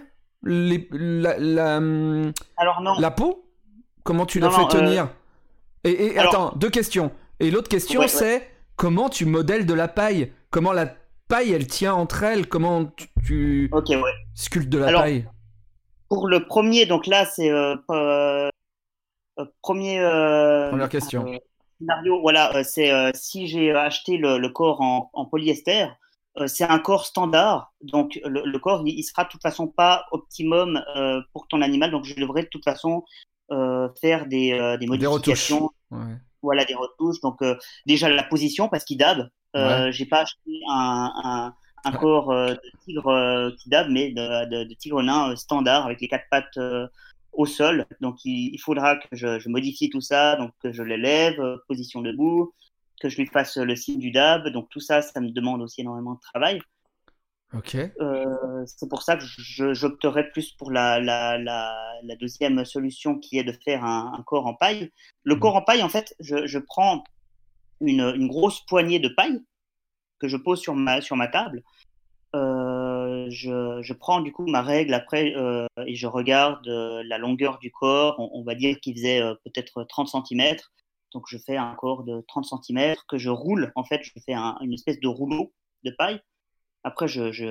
Alors non, la peau. Comment tu la non, fais non. tenir? Et Alors, attends, deux questions. Et l'autre question, ouais, ouais. c'est comment tu modèles de la paille? Comment la paille, elle tient entre elles? Comment tu Ok, ouais. sculptes de la Alors, paille? pour le premier, donc là, c'est premier Première question. scénario. Voilà, c'est si j'ai acheté le corps en polyester, c'est un corps standard. Donc, le corps, il sera de toute façon pas optimum pour ton animal. Donc, je devrais de toute façon faire des Des retouches. modifications, Ouais. voilà, des retouches. Donc, déjà la position, parce qu'il dab. Ouais. J'ai pas acheté un corps de tigre qui dab, mais de tigre nain standard avec les quatre pattes au sol. Donc, il faudra que je modifie tout ça, donc que je l'élève, position debout, que je lui fasse le signe du dab. Donc, tout ça, ça me demande aussi énormément de travail. Ok. C'est pour ça que j'opterais plus pour la deuxième solution qui est de faire un corps en paille. Le Mm. corps en paille, en fait, je prends une grosse poignée de paille que je pose sur ma table. Je prends du coup ma règle après et je regarde la longueur du corps. On va dire qu'il faisait peut-être 30 cm. Donc je fais un corps de 30 cm que je roule. En fait, je fais une espèce de rouleau de paille. Après,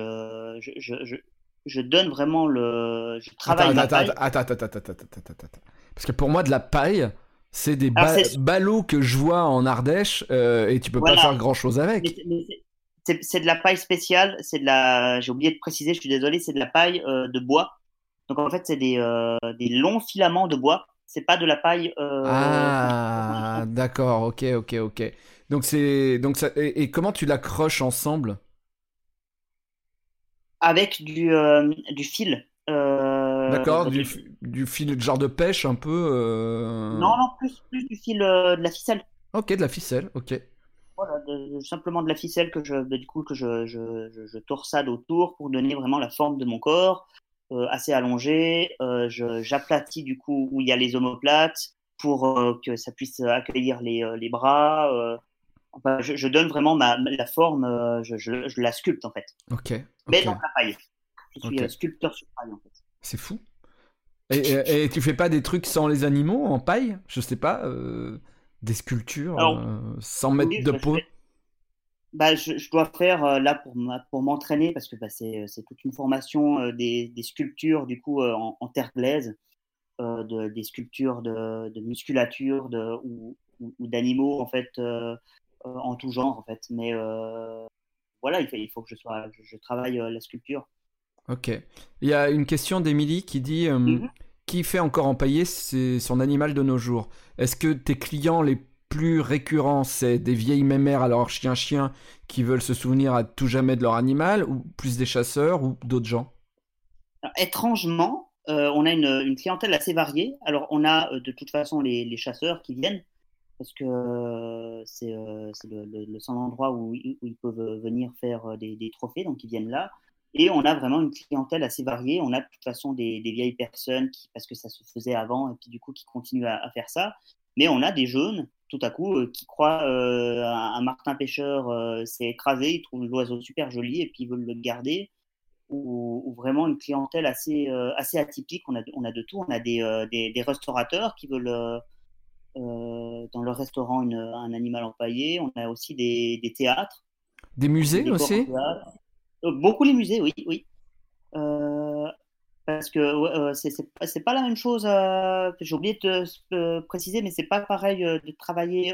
je donne vraiment je Attends, travaille attends, ma attends, paille. attends, attends, attends, attends, attends, attends. Parce que pour moi, de la paille, c'est des Alors ballots que je vois en Ardèche et tu peux pas voilà, faire grand chose mais avec. c'est de la paille spéciale. J'ai oublié de préciser, je suis désolé, c'est de la paille de bois. Donc en fait, c'est des longs filaments de bois. C'est pas de la paille Ah, d'accord, ok, ok, ok. Donc ça, et comment tu l'accroches ensemble? avec du fil. D'accord, du fil de genre de pêche un peu. Non, non, plus du fil de la ficelle. Ok, de la ficelle, ok. Voilà, simplement de la ficelle du coup, que je torsade autour pour donner vraiment la forme de mon corps, assez allongé. J'aplatis du coup où il y a les omoplates pour que ça puisse accueillir les bras. Enfin, je donne vraiment la forme, je la sculpte en fait. Ok, Mais ok, dans la paille. Je suis ok. sculpteur sur paille en fait. C'est fou. Et tu fais pas des trucs sans les animaux en paille? Je sais pas, des sculptures Alors sans mettre oui, de peau? je dois faire là pour m'entraîner parce que c'est toute une formation des sculptures du coup en terre glaise, des sculptures de musculature ou d'animaux en fait en tout genre en fait. Mais voilà, il faut que je travaille la sculpture. Ok. Il y a une question d'Émilie qui dit Mhm. qui fait encore empailler son animal de nos jours? Est-ce que tes clients les plus récurrents, c'est des vieilles mémères à leur chien qui veulent se souvenir à tout jamais de leur animal, ou plus des chasseurs ou d'autres gens? Alors, étrangement, on a une clientèle assez variée. Alors, on a de toute façon les chasseurs qui viennent parce que c'est le seul endroit où ils peuvent venir faire des trophées, donc ils viennent là. Et on a vraiment une clientèle assez variée. On a de toute façon des vieilles personnes parce que ça se faisait avant, et puis du coup qui continuent à faire ça. Mais on a des jeunes, tout à coup, qui croient un martin pêcheur s'est écrasé, ils trouvent l'oiseau super joli et puis ils veulent le garder. Ou vraiment une clientèle assez atypique. On a de tout. On a des restaurateurs qui veulent dans leur restaurant un animal empaillé. On a aussi des théâtres, Des des musées décors en aussi? théâtre. Beaucoup les musées, oui, oui. Euh, Parce que ouais, c'est pas la même chose. J'ai oublié de te préciser, mais c'est pas pareil de travailler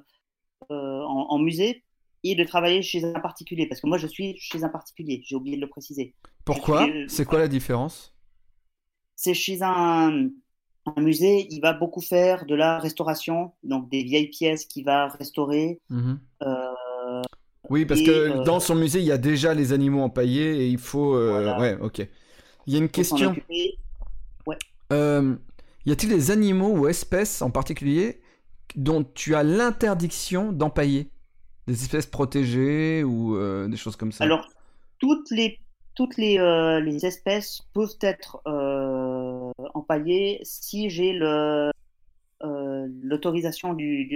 en musée et de travailler chez un particulier. Parce que moi, je suis chez un particulier. J'ai oublié de le préciser. Je suis, Pourquoi? C'est quoi la différence? c'est chez un musée, il va beaucoup faire de la restauration, donc des vieilles pièces qu'il va restaurer. Mhm. euh, Oui, parce et que dans son musée, il y a déjà les animaux empaillés et il faut... voilà, Ouais, ok. Il y a une faut s'en question. occuper. Ouais. Euh, Y a-t-il des animaux ou espèces en particulier dont tu as l'interdiction d'empailler? Des espèces protégées ou des choses comme ça? Alors, toutes les, les espèces peuvent être empaillées si j'ai l'autorisation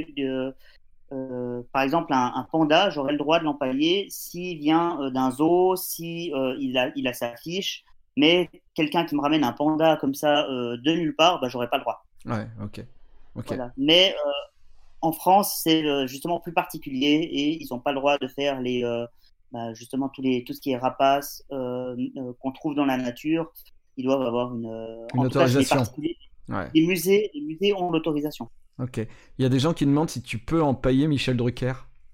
par exemple, un panda, j'aurais le droit de l'empailler s'il vient d'un zoo, si il a sa fiche, mais quelqu'un qui me ramène un panda comme ça de nulle part, bah, j'aurais pas le droit. Ouais, ok. Ok. Voilà. Mais en France, c'est justement plus particulier et ils n'ont pas le droit de faire justement tout ce qui est rapace qu'on trouve dans la nature. Ils doivent avoir Une en tout cas chez les autorisation. particuliers, Ouais. les musées ont l'autorisation. Ok. Il y a des gens qui demandent si tu peux empailler Michel Drucker.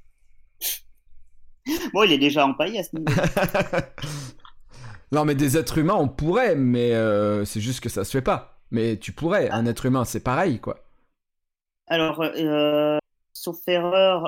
Bon, il est déjà empaillé à ce niveau. Non, mais des êtres humains, on pourrait, mais c'est juste que ça se fait pas. Mais tu pourrais, un être humain, c'est pareil, quoi. Alors, sauf erreur,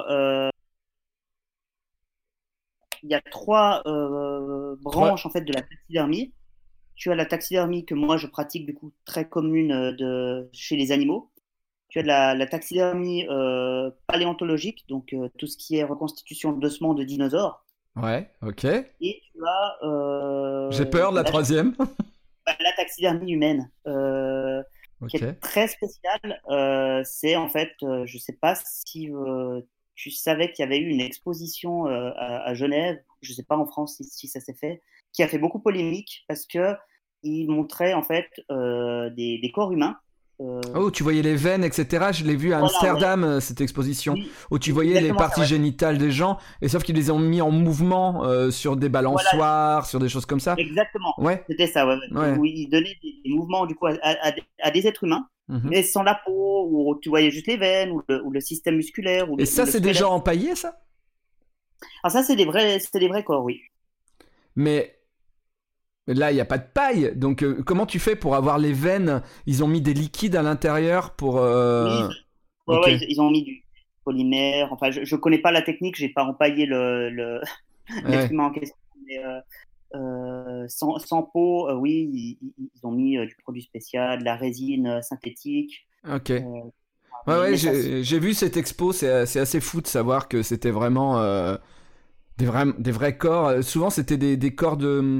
il y a trois Trois. branches en fait de la taxidermie. Tu as la taxidermie que moi je pratique du coup très commune chez les animaux. Tu as la taxidermie paléontologique, donc tout ce qui est reconstitution d'ossements de dinosaures. Ouais, ok. Et tu as J'ai peur de la troisième. la taxidermie humaine, qui Ok. est très spéciale. C'est en fait, je ne sais pas si tu savais qu'il y avait eu une exposition à Genève, je ne sais pas en France si ça s'est fait, qui a fait beaucoup polémique parce que il montrait en fait des corps humains. Oh, tu voyais les veines, etc. Je l'ai vu à Voilà, ouais, Amsterdam, cette exposition, oui, où tu c'est voyais les exactement ça, parties ouais. génitales des gens, et sauf qu'ils les ont mis en mouvement sur des Voilà, balançoires, sur des choses comme ça. exactement. Ouais, C'était ça, ouais, ouais. ouais. Où il donnait des mouvements du coup à des êtres humains, Mhm. mais sans la peau, où tu voyais juste les veines, ou le système musculaire, Et ou ça, le c'est déjà squelette. empaillé, ça? Alors ça, c'est des vrais corps, oui. Mais là, il n'y a pas de paille. Donc, comment tu fais pour avoir les veines? Ils ont mis des liquides à l'intérieur pour... Oui, ouais, Ok. ouais, ils ont mis du polymère. Enfin, je connais pas la technique, j'ai pas empaillé l'être Ouais. humain en question, mais sans peau, oui, ils ont mis du produit spécial, de la résine synthétique. Ok. euh, Ouais, ouais, mais ça, j'ai vu cette expo. C'est assez fou de savoir que c'était vraiment des vrais corps. Souvent, c'était des corps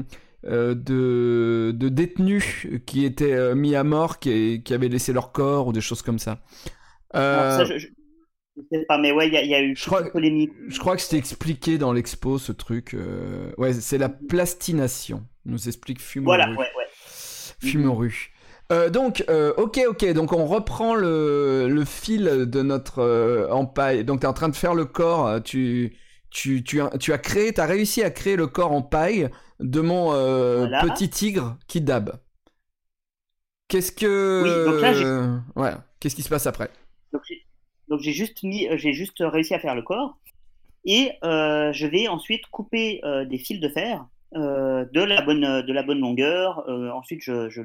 de détenus qui étaient mis à mort, qui avaient laissé leur corps ou des choses comme ça. alors ça, Euh, je sais pas, mais ouais, il y a eu je toute crois, une polémique. je crois que c'était expliqué dans l'expo ce truc. Ouais, c'est la plastination. Nous explique Voilà, Fumoru. ouais, ouais. Mhm. Fumoru. Ok, ok. Donc on reprend le fil de notre empaille. Donc t'es en train de faire le corps. tu as créé, t'as réussi à créer le corps en paille de mon Voilà. petit tigre Kidab. Qu'est-ce Oui, donc là, que, qu'est-ce qui se passe après? donc j'ai, donc j'ai juste réussi à faire le corps. Et je vais ensuite couper des fils de fer de la bonne longueur. Ensuite,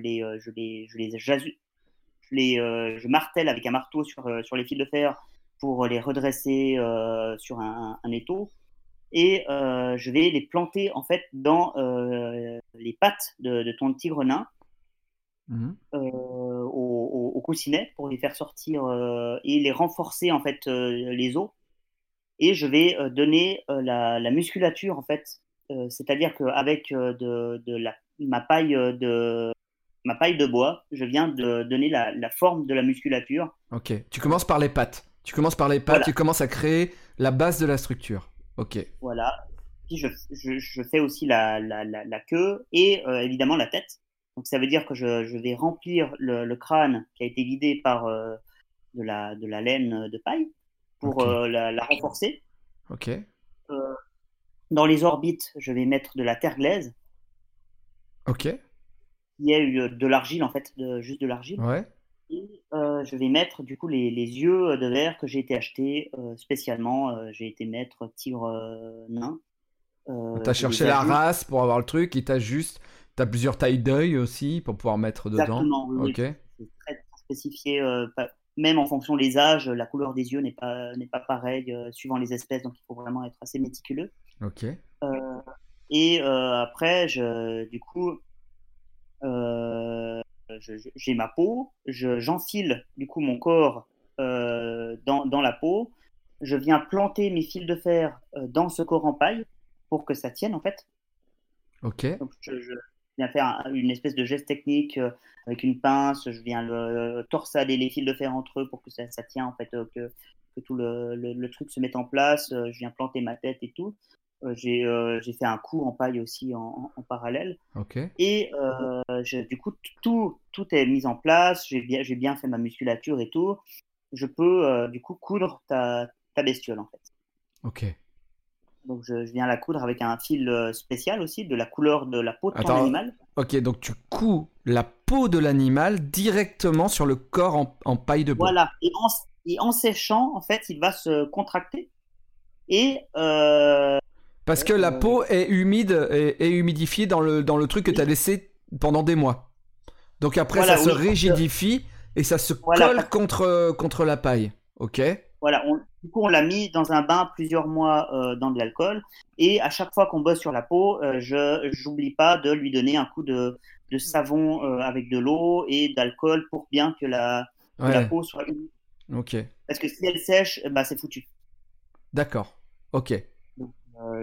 je martèle avec un marteau sur les fils de fer pour les redresser sur un étau. Et je vais les planter en fait dans les pattes de ton tigre nain au coussinet pour les faire sortir et les renforcer en fait les os. Et je vais donner la musculature en fait. C'est-à-dire qu'avec ma paille de bois, je viens de donner la forme de la musculature. Ok. Tu commences par les pattes. Voilà, Tu commences à créer la base de la structure. Ok. voilà. Puis je fais aussi la queue et évidemment la tête. Donc ça veut dire que je vais remplir le crâne qui a été vidé par de la laine de paille pour Ok. la renforcer. Ok. Euh, Dans les orbites, je vais mettre de la terre glaise. Ok. Il y a eu de l'argile en fait, juste de l'argile. Ouais. Et je vais mettre du coup les yeux de verre que j'ai été acheter spécialement. J'ai été mettre tigre nain. T'as Je les cherché la ajuste race pour avoir le truc et t'as plusieurs tailles d'œil aussi pour pouvoir mettre dedans. exactement. Oui, oui, Ok. c'est très spécifié. Même en fonction des âges, la couleur des yeux n'est pas pareille suivant les espèces. Donc il faut vraiment être assez méticuleux. Ok. Euh, et après, du coup, j'ai ma peau, j'enfile du coup mon corps dans la peau, je viens planter mes fils de fer dans ce corps en paille pour que ça tienne en fait. Ok. Donc je viens faire une espèce de geste technique avec une pince, je viens torsader les fils de fer entre eux pour que ça tient en fait, que tout le truc se mette en place, je viens planter ma tête et tout. J'ai fait un coup en paille aussi en parallèle. Ok. Et du coup, tout est mis en place. J'ai bien fait ma musculature et tout. Je peux du coup coudre ta bestiole en fait. Ok. Donc je viens la coudre avec un fil spécial aussi, de la couleur de la peau de ton Attends. animal. Ok, donc tu couds la peau de l'animal directement sur le corps en paille de bois. Voilà. Et en séchant, en fait, il va se contracter. Et Parce que la peau est humide et humidifiée dans le truc que tu as oui, laissé pendant des mois. Donc après, ça voilà, se oui, rigidifie et ça se voilà, colle contre la paille. Ok. voilà, du coup, on l'a mis dans un bain plusieurs mois dans de l'alcool. Et à chaque fois qu'on bosse sur la peau, j'oublie pas de lui donner un coup de savon avec de l'eau et d'alcool pour bien que la Ouais. peau soit humide. Ok. Parce que si elle sèche, bah, c'est foutu. D'accord. Ok. Donc,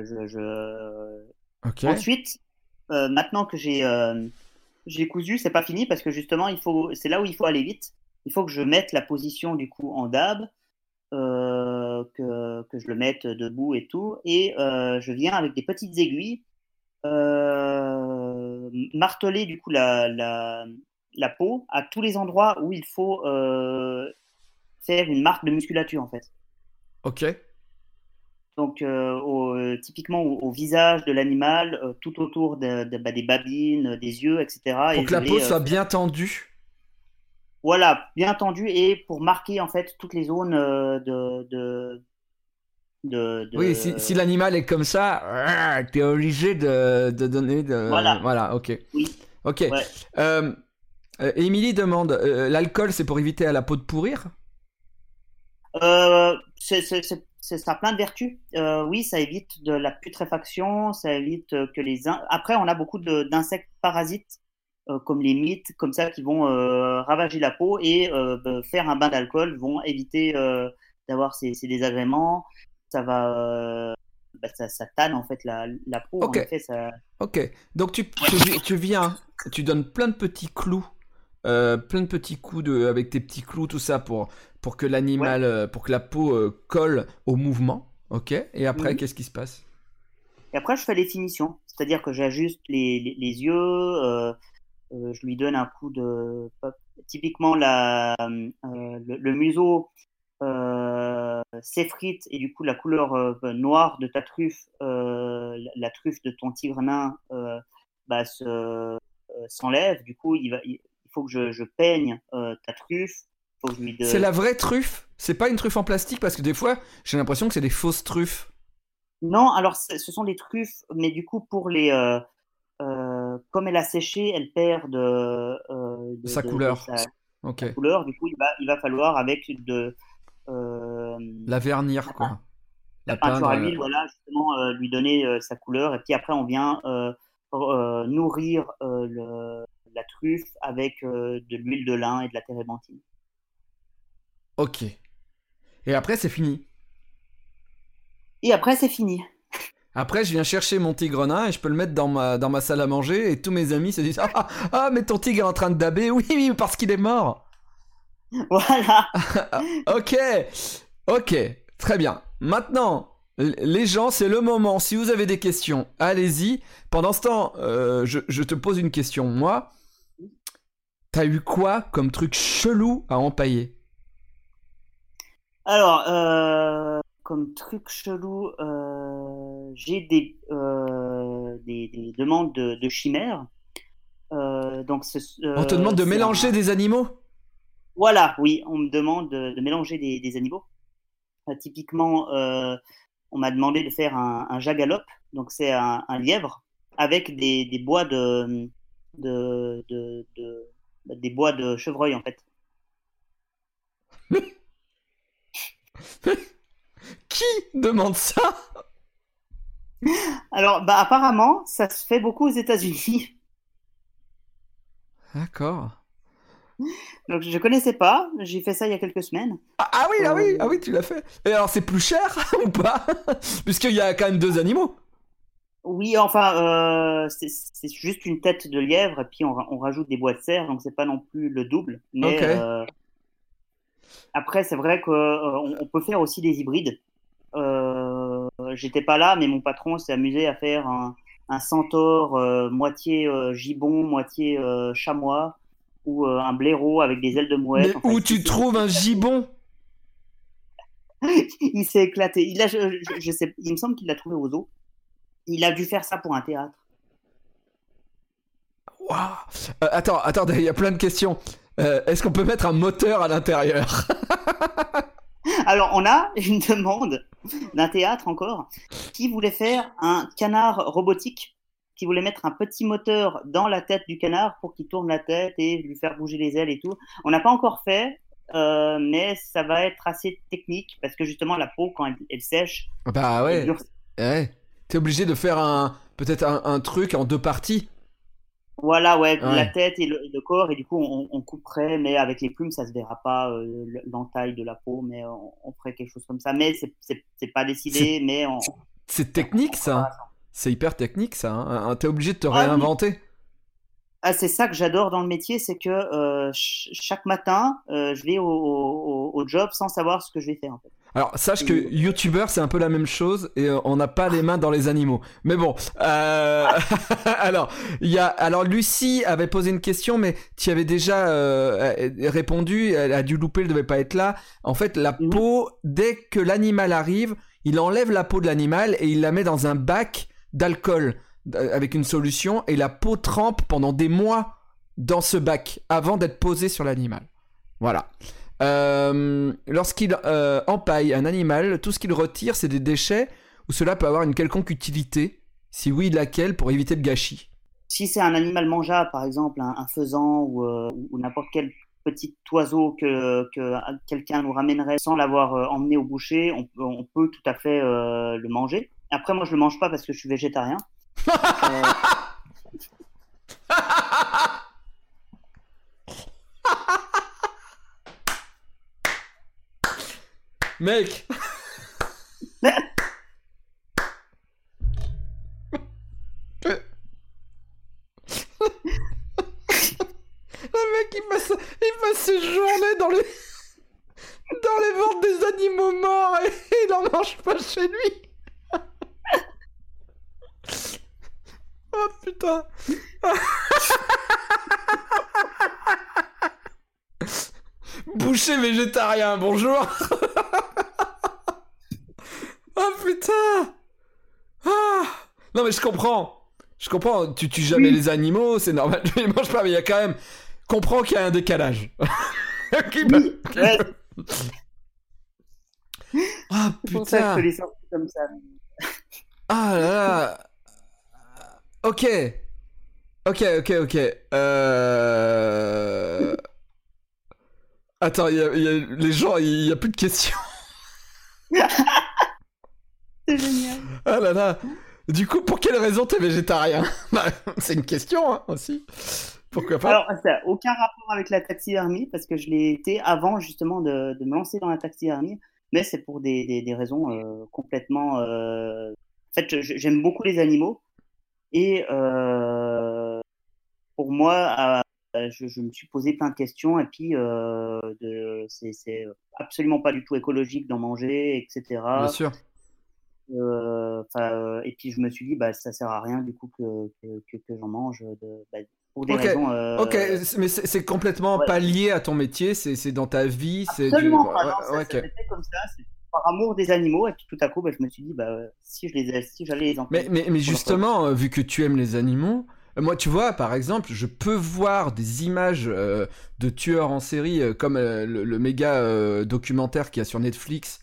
Ok. ensuite, maintenant que j'ai cousu, c'est pas fini parce que justement, c'est là où il faut aller vite. Il faut que je mette la position du coup en dab. Que je le mette debout et tout. Et je viens avec des petites aiguilles marteler du coup la peau à tous les endroits où il faut faire une marque de musculature en fait. Ok. Donc typiquement au visage de l'animal, tout autour bah, des babines, des yeux, etc. Pour Et que je la peau vais soit bien tendue. voilà, bien tendu et pour marquer en fait toutes les zones Oui, si de... l'animal est comme ça, t'es obligé de donner de. Voilà, Voilà, ok. oui, Ok. ouais. Euh, Émilie demande l'alcool, c'est pour éviter à la peau de pourrir? Ça a plein de vertus. Oui, ça évite de la putréfaction, ça évite que Après, on a beaucoup d'insectes parasites, comme les mites, comme ça, qui vont ravager la peau et faire un bain d'alcool, vont éviter d'avoir ces désagréments. Ça va... ça tanne, en fait, la peau. En Ok. effet, ça... Ok. Donc tu viens, tu donnes plein de petits clous, plein de petits coups avec tes petits clous, tout ça pour que Ouais. l'animal, pour que la peau colle au mouvement. Ok. Et après, Mhm. qu'est-ce qui se passe? Et après, je fais les finitions. C'est-à-dire que j'ajuste les yeux, je lui donne un coup de... Typiquement, le museau, s'effrite et du coup la couleur noire de ta truffe, la truffe de ton tigre nain s'enlève. Du coup, il faut que je peigne ta truffe. Faut que je lui C'est la vraie truffe? C'est pas une truffe en plastique? Parce que des fois, j'ai l'impression que c'est des fausses truffes. Non, alors ce sont des truffes, mais du coup pour les comme elle a séché, elle perd Sa de couleur. sa Ok. couleur. Du coup, il va falloir avec La vernir, quoi. la La peinture peindre. à l'huile, voilà, justement, lui donner sa couleur. Et puis après, on vient nourrir la truffe avec de l'huile de lin et de la térébenthine. Ok. Et après, c'est fini. Et après, c'est fini. Après, je viens chercher mon tigre nain et je peux le mettre dans ma salle à manger et tous mes amis se disent ah, mais ton tigre est en train de daber. Oui, oui, parce qu'il est mort. Voilà. Ok. Ok. Très bien. Maintenant, les gens, c'est le moment. Si vous avez des questions, allez-y. Pendant ce temps, je te pose une question. Moi, t'as eu quoi comme truc chelou à empailler? Alors, comme truc chelou, j'ai des demandes de chimères. Donc, On te demande de mélanger des animaux? Voilà, oui, on me demande de mélanger des animaux. Typiquement, on m'a demandé de faire un jagalope, donc c'est un lièvre avec des bois de, de, de- des bois de chevreuil en fait. Qui demande ça? Alors, bah, apparemment, ça se fait beaucoup aux États-Unis. D'accord. Donc, je connaissais pas. J'ai fait ça il y a quelques semaines. Ah oui, ah Euh, oui, ah oui, tu l'as fait. Et alors, c'est plus cher ou pas? Puisqu'il y a quand même deux animaux. oui, enfin, c'est juste une tête de lièvre et puis on rajoute des bois de serre, donc c'est pas non plus le double. Ok. Mais après, c'est vrai qu'on on peut faire aussi des hybrides. J'étais pas là, mais mon patron s'est amusé à faire un centaure moitié gibbon, moitié chamois, ou un blaireau avec des ailes de Mais mouette. Enfin, où tu trouves un gibbon? il s'est éclaté. Je sais, il me semble qu'il l'a trouvé aux zoo. Il a dû faire ça pour un théâtre. Waouh. Attends, il y a plein de questions. Est-ce qu'on peut mettre un moteur à l'intérieur? Alors, on a une demande d'un théâtre encore qui voulait faire un canard robotique, qui voulait mettre un petit moteur dans la tête du canard pour qu'il tourne la tête et lui faire bouger les ailes et tout. On n'a pas encore fait, mais ça va être assez technique parce que justement la peau, quand elle sèche, Bah elle ouais. dure. Ouais. T'es obligé de faire peut-être un truc en deux parties. Voilà, ouais, la Ouais. tête et le corps, et du coup on couperait, mais avec les plumes ça se verra pas l'entaille de la peau, mais on ferait quelque chose comme ça. Mais c'est pas C'est décidé, mais c'est technique on prépare ça. ça. C'est hyper technique ça. T'es obligé de te Ah oui, réinventer. ah, c'est ça que j'adore dans le métier, c'est que chaque matin, je vais au job sans savoir ce que je vais faire en fait. Alors, sache que Et- youtubeur, c'est un peu la même chose et on n'a pas les mains dans les animaux. Mais bon, alors, alors Lucie avait posé une question, mais tu y avais déjà répondu. Elle a dû louper, elle devait pas être là. En fait, la Mhm. peau, dès que l'animal arrive, il enlève la peau de l'animal et il la met dans un bac d'alcool avec une solution et la peau trempe pendant des mois dans ce bac avant d'être posée sur l'animal. Voilà. Lorsqu'il empaille un animal, tout ce qu'il retire, c'est des déchets ou cela peut avoir une quelconque utilité. Si oui, laquelle pour éviter le gâchis? Si c'est un animal mangeable, par exemple un faisan ou n'importe quel petit oiseau que quelqu'un nous ramènerait sans l'avoir emmené au boucher, on peut tout à fait le manger. Après, moi, je le mange pas parce que je suis végétarien. Euh, Mec, le mec il passe ses journées dans les ventres des animaux morts et il en mange pas chez lui. Oh putain. Boucher végétarien, bonjour. Non, mais je comprends. Tu tues jamais les animaux, c'est normal. Tu les manges pas, mais il y a quand même. Comprends qu'il y a un décalage. Ouais, Ah c'est pour ça que je te putain. l'ai sorti comme ça. Ah là là. Ok. Ok. Attends, les gens, il y a plus de questions. C'est génial. Ah là là. Du coup, pour quelle raison t'es végétarien? Bah, c'est une question, hein, aussi. Pourquoi Alors, pas? ça n'a aucun rapport avec la taxidermie, parce que je l'ai été avant justement de me lancer dans la taxidermie, mais c'est pour des raisons complètement... En fait, j'aime beaucoup les animaux, et pour moi, je me suis posé plein de questions, et puis c'est absolument pas du tout écologique d'en manger, Bien etc. sûr. Et puis je me suis dit, bah, ça sert à rien du coup que j'en mange, pour des Ok. raisons... Ok, mais c'est complètement ouais, pas lié à ton métier, c'est dans ta vie, c'est du. absolument Ouais, pas, non, ouais, ça ok. m'était comme ça, c'est par amour des animaux, et puis tout à coup, bah, je me suis dit, bah, si j'allais les employer Mais pour leur faire... justement, vu que tu aimes les animaux, moi, tu vois, par exemple, je peux voir des images de tueurs en série, comme le méga documentaire qu'il y a sur Netflix,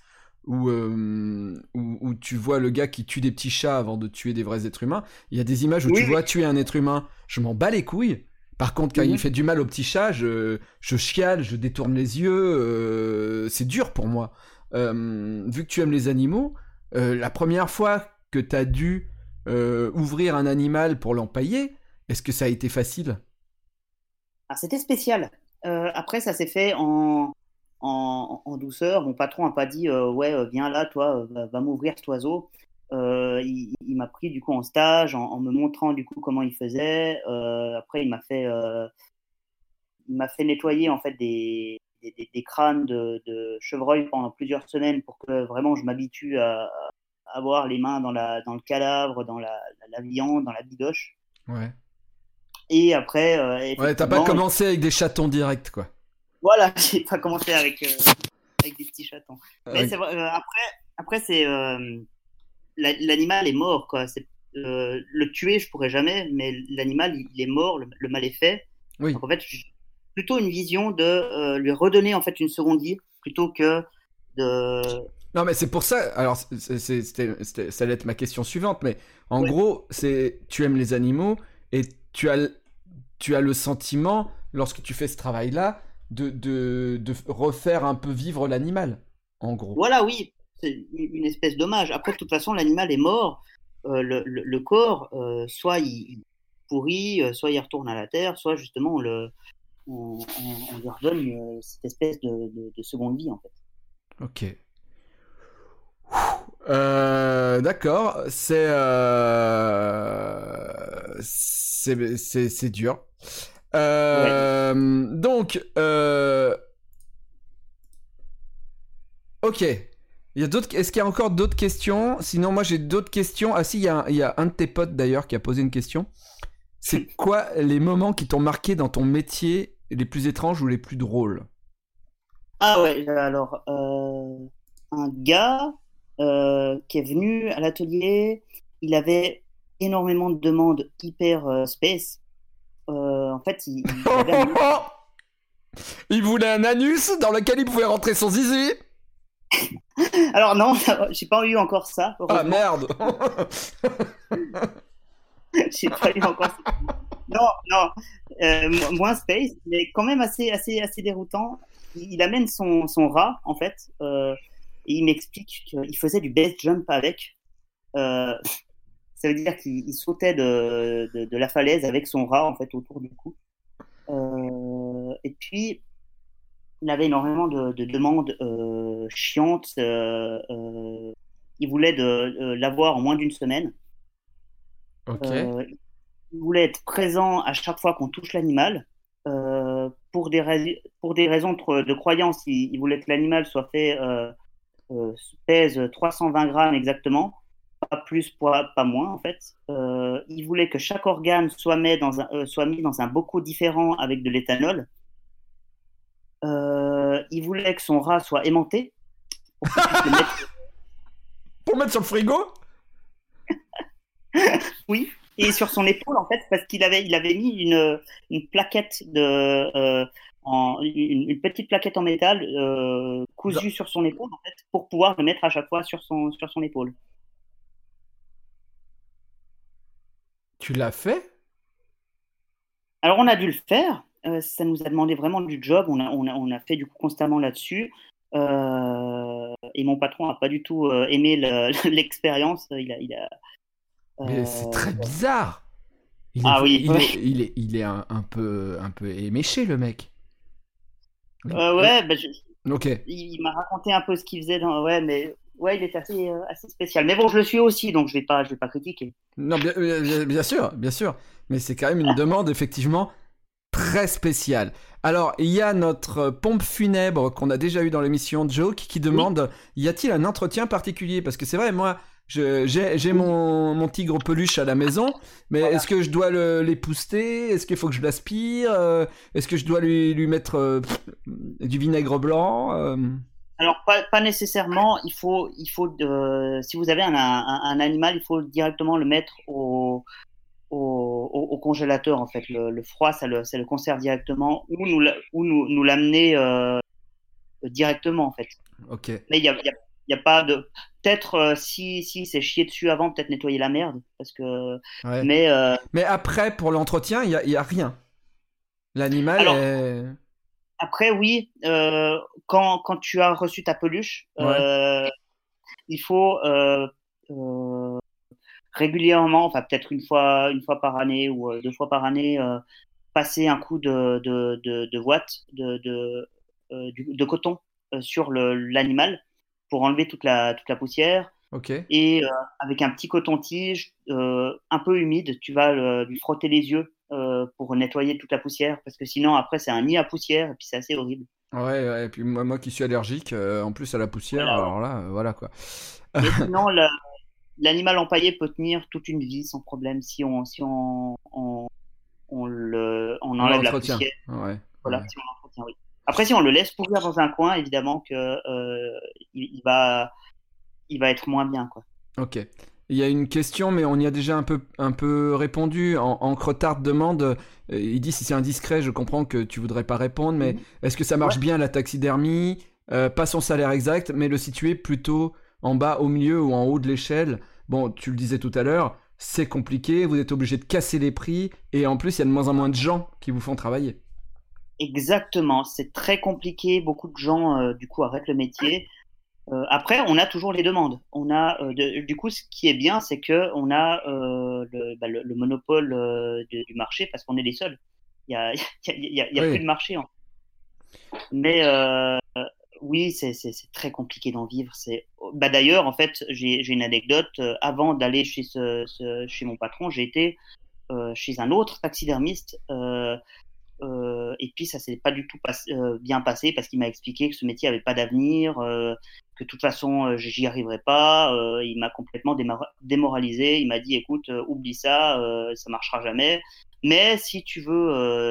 où tu vois le gars qui tue des petits chats avant de tuer des vrais êtres humains. Il y a des images où tu Oui, vois tuer un être humain. Je m'en bats les couilles. Par contre, quand il mhm. fait du mal au petit chat, je chiale, je détourne les yeux. C'est dur pour moi. Vu que tu aimes les animaux, la première fois que tu as dû ouvrir un animal pour l'empailler, est-ce que ça a été facile? Ah, c'était spécial. Après, ça s'est fait en douceur. Mon patron n'a pas dit, ouais, viens là, toi, va m'ouvrir cet oiseau. Il m'a pris du coup en stage, en me montrant du coup comment il faisait. Après, il m'a fait nettoyer en fait des crânes de chevreuil pendant plusieurs semaines pour que vraiment je m'habitue à avoir les mains dans le cadavre, dans la viande, dans la bidoche. Ouais. Et après, Ouais, t'as pas effectivement, commencé avec des chatons directs, quoi. voilà, j'ai pas commencé avec des petits chatons. Mais c'est Ok. vrai, après c'est l'animal est mort, quoi. Le tuer, je pourrais jamais, mais l'animal, il est mort, le mal est fait. Oui. Donc en fait, j'ai plutôt une vision de lui redonner en fait une seconde vie plutôt que de. Non, mais c'est pour ça. Alors, ça allait être ma question suivante, mais en Ouais. gros, tu aimes les animaux et tu as le sentiment, lorsque tu fais ce travail-là, de refaire un peu vivre l'animal, en gros. Voilà, oui, c'est une espèce d'hommage. Après, de toute façon, l'animal est mort. Le corps, soit il pourrit, soit il retourne à la terre, soit justement on lui redonne cette espèce de seconde vie en fait. Ok. D'accord, c'est dur. Ouais. Donc, ok. Est-ce qu'il y a encore d'autres questions? Sinon, moi j'ai d'autres questions. Ah si, il y a un de tes potes d'ailleurs qui a posé une question. C'est quoi les moments qui t'ont marqué dans ton métier les plus étranges ou les plus drôles? Ah ouais, alors un gars qui est venu à l'atelier, il avait énormément de demandes hyper space. En fait, il avait un... Il voulait un anus dans lequel il pouvait rentrer son zizi. Alors non, j'ai pas eu encore ça, Ah heureusement. merde. J'ai pas eu encore ça. Non, non, moins space, mais quand même assez déroutant. Il amène son rat, en fait, et il m'explique qu'il faisait du base jump avec. Euh, Ça veut dire qu'il sautait de la falaise avec son rat, en fait, autour du cou. Et puis, il avait énormément de demandes chiantes. Il voulait l'avoir en moins d'une semaine. Ok. Euh, il voulait être présent à chaque fois qu'on touche l'animal. Pour des raisons de croyance, il voulait que l'animal soit fait, pèse 320 grammes exactement, pas plus, pas moins en fait. Il voulait que chaque organe soit mis dans un bocal différent avec de l'éthanol. Il voulait que son rat soit aimanté pour qu'il puisse le mettre. Pour mettre sur le frigo? Oui, et sur son épaule en fait, parce qu'il avait mis une plaquette une petite plaquette en métal Non. cousue sur son épaule en fait, pour pouvoir le mettre à chaque fois sur son épaule. Tu l'as fait? Alors on a dû le faire, ça nous a demandé vraiment du job, on a fait du coup constamment là-dessus. Et mon patron n'a pas du tout aimé l'expérience. Mais c'est Euh, très bizarre. Il est, Ah oui, il ouais, est, il est, il est un peu éméché, le mec. ouais, bah, Ok. il m'a raconté un peu ce qu'il faisait ouais, mais ouais, il est assez spécial. Mais bon, je le suis aussi, donc je vais pas critiquer. Non, bien sûr, bien sûr. Mais c'est quand même une demande, effectivement, très spéciale. Alors, il y a notre pompe funèbre qu'on a déjà eu dans l'émission Joke qui Oui, demande, y a-t-il un entretien particulier? Parce que c'est vrai, moi, j'ai oui, mon tigre peluche à la maison, mais est-ce voilà. que je dois l'épousseter? Est-ce qu'il faut que je l'aspire? Est-ce que je dois lui mettre du vinaigre blanc? Alors, pas nécessairement. Si vous avez un animal, il faut directement le mettre au congélateur, en fait. Le froid, ça le conserve directement, ou nous l'amener directement, en fait. Ok. Mais il y a pas de. Peut-être si c'est chié dessus avant, peut-être nettoyer la merde. Parce que. Ouais. Mais Mais après, pour l'entretien, il y a rien. L'animal alors, est... après, oui, quand tu as reçu ta peluche, Ouais. il faut régulièrement, enfin peut-être une fois par année ou 2 fois par année, passer un coup de ouate de coton sur l'animal pour enlever toute la poussière. Ok. Et avec un petit coton-tige un peu humide, tu vas lui frotter les yeux pour nettoyer toute la poussière, parce que sinon après c'est un nid à poussière et puis c'est assez horrible. Ouais, ouais, et puis moi qui suis allergique, en plus à la poussière, Voilà, ouais. alors là, voilà quoi. Mais sinon, l'animal empaillé peut tenir toute une vie sans problème si on On enlève la l'entretient. poussière. Ouais, Voilà, ouais. si on l'entretient, oui. Après, si on le laisse pourrir dans un coin, évidemment que il va être moins bien, quoi. Ok. Il y a une question, mais on y a déjà un peu répondu. En Cretard demande, il dit si c'est indiscret, je comprends que tu voudrais pas répondre, mais Mhm. est-ce que ça Ouais. marche bien la taxidermie? Pas son salaire exact, mais le situer plutôt en bas, au milieu ou en haut de l'échelle. Bon, tu le disais tout à l'heure, c'est compliqué, vous êtes obligé de casser les prix, et en plus, il y a de moins en moins de gens qui vous font travailler. Exactement, c'est très compliqué. Beaucoup de gens, du coup, arrêtent le métier. Après, on a toujours les demandes. Du coup, ce qui est bien, c'est que on a le monopole du marché parce qu'on est les seuls. Il y a, il y a plus de Oui, marché. Mais oui, c'est très compliqué d'en vivre. D'ailleurs, en fait, j'ai une anecdote. Avant d'aller chez mon patron, j'ai été chez un autre taxidermiste. Et puis ça s'est pas du tout bien passé parce qu'il m'a expliqué que ce métier avait pas d'avenir, que de toute façon j'y arriverais pas. Il m'a complètement démoralisé. Il m'a dit écoute, oublie ça, ça marchera jamais. Mais si tu veux,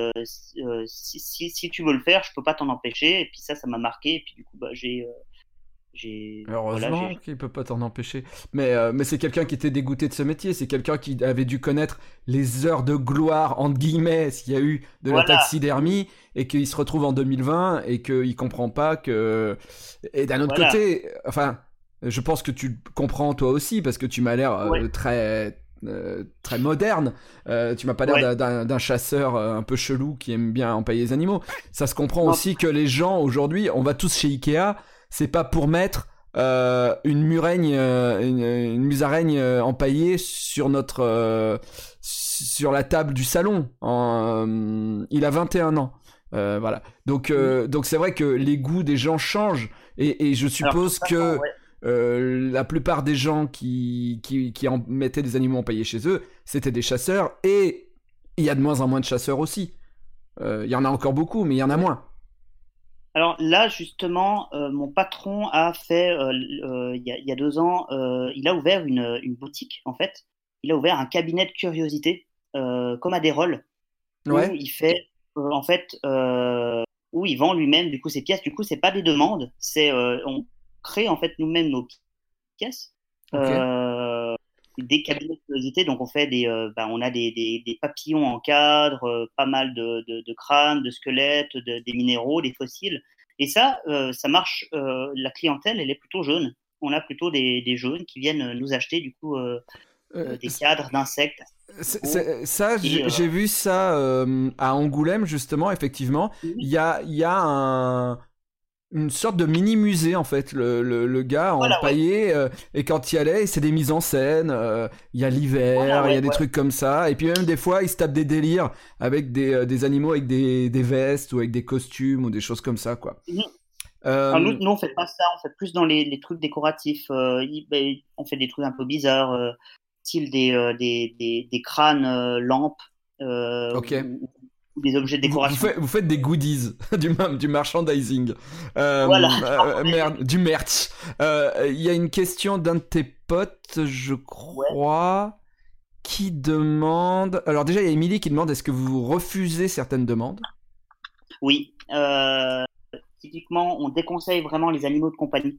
si tu veux le faire, je peux pas t'en empêcher. Et puis ça m'a marqué. Et puis du coup, bah, voilà, heureusement qu'il peut pas t'en empêcher. Mais c'est quelqu'un qui était dégoûté de ce métier. C'est quelqu'un qui avait dû connaître les heures de gloire, entre guillemets, s'il y a eu de la voilà, taxidermie, et qu'il se retrouve en 2020 et qu'il comprend pas que. Et d'un autre voilà, côté, enfin, je pense que tu comprends toi aussi, parce que tu m'as l'air ouais, très moderne. Tu m'as pas l'air ouais, d'un chasseur un peu chelou qui aime bien empailler les animaux. Ça se comprend non, aussi que les gens aujourd'hui, on va tous chez Ikea, c'est pas pour mettre une musaraigne empaillée sur sur la table du salon. Il a 21 ans. Voilà. oui. Donc c'est vrai que les goûts des gens changent. Et je Alors de suppose toute façon, que ouais. la plupart des gens qui en mettaient des animaux empaillés chez eux, c'était des chasseurs. Et il y a de moins en moins de chasseurs aussi. Il y en a encore beaucoup, mais il y en a moins. Alors là, justement, mon patron a fait, il y a 2 ans, il a ouvert une boutique, en fait. Il a ouvert un cabinet de curiosité, comme à des rôles, où Ouais. il fait, en fait, où il vend lui-même, du coup, ses pièces. Du coup, c'est pas des demandes, on crée, en fait, nous-mêmes nos pièces. Ok. Euh, des cabinets de curiosité. Donc, on fait on a des papillons en cadre, pas mal de crânes, de squelettes, des minéraux, des fossiles. Et ça marche. La clientèle, elle est plutôt jeune. On a plutôt des jeunes qui viennent nous acheter, du coup, des cadres d'insectes. Ça, Et, j'ai vu ça à Angoulême, justement, effectivement. Il y a une sorte de mini-musée, en fait. Le gars voilà, ouais. empaillé, et quand il y allait, c'est des mises en scène. Il y a Voilà, l'hiver, il y a ouais, des ouais. trucs comme ça. Et puis même des fois, il se tape des délires avec des animaux avec des vestes ou avec des costumes ou des choses comme ça, quoi. Mhm. Alors Euh, nous, on fait pas ça, on fait plus dans les trucs décoratifs. On fait des trucs un peu bizarres, style des crânes lampes ok. ou des objets de décoration. Vous faites des goodies, du merchandising. Voilà. Merde, du merch. Il y a une question d'un de tes potes, je Ouais. crois, qui demande... Alors déjà, il y a Émilie qui demande est-ce que vous refusez certaines demandes? Oui. Typiquement, on déconseille vraiment les animaux de compagnie.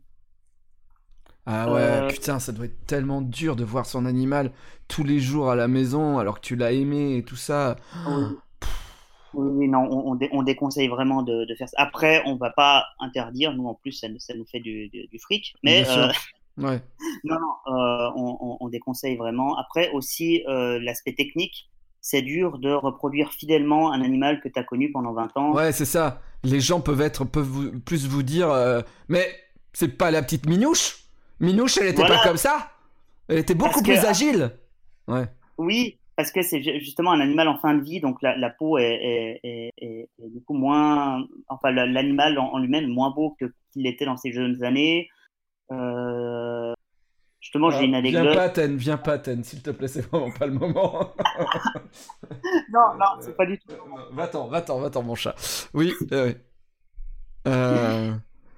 Ah ouais, Euh, putain, ça doit être tellement dur de voir son animal tous les jours à la maison alors que tu l'as aimé et tout ça. oui, oui, non, on déconseille vraiment de faire ça. Après, on va pas interdire, nous en plus, ça nous fait du fric, Bien mais sûr. Ouais. non, non, on déconseille vraiment. Après aussi, l'aspect technique, c'est dur de reproduire fidèlement un animal que tu as connu pendant 20 ans. Ouais, c'est ça. Les gens plus vous dire mais c'est pas la petite Minouche. Minouche, elle était pas Voilà, comme ça. Elle était beaucoup parce que plus agile. Ouais. oui, parce que c'est justement un animal en fin de vie, donc la peau est du coup moins, enfin l'animal en lui-même est moins beau que qu'il l'était dans ses jeunes années. Euh, Justement, j'ai Ah, une anecdote. viens pas, Ten, s'il te plaît, c'est vraiment pas le moment. Non, non, c'est pas du tout. Va-t'en, mon chat. Oui, oui. Euh,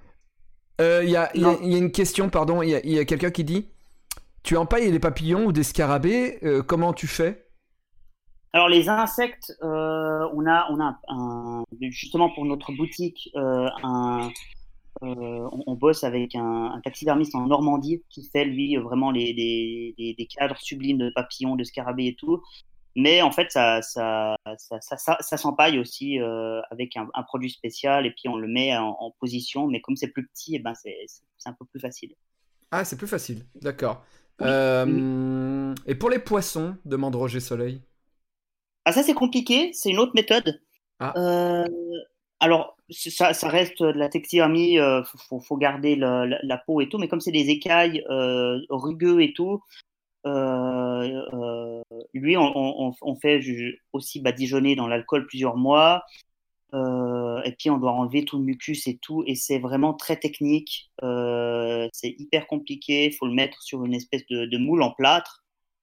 Non. il y a une question, pardon. Il y a quelqu'un qui dit tu empailles les papillons ou des scarabées, comment tu fais? Alors les insectes, on a justement pour notre boutique on bosse avec un taxidermiste en Normandie qui fait lui vraiment des cadres sublimes de papillons, de scarabées et tout. Mais en fait, ça s'empaille aussi avec un produit spécial et puis on le met en position. Mais comme c'est plus petit, et ben c'est un peu plus facile. Ah, c'est plus facile, d'accord. Oui, oui. Et pour les poissons, demande Roger Soleil. Ah, ça c'est compliqué, c'est une autre méthode. Ah, Euh, alors, ça reste de la taxidermie, faut garder la peau et tout, mais comme c'est des écailles rugueux et tout, lui, on fait aussi badigeonner dans l'alcool plusieurs mois, et puis on doit enlever tout le mucus et tout, et c'est vraiment très technique, c'est hyper compliqué, il faut le mettre sur une espèce de moule en plâtre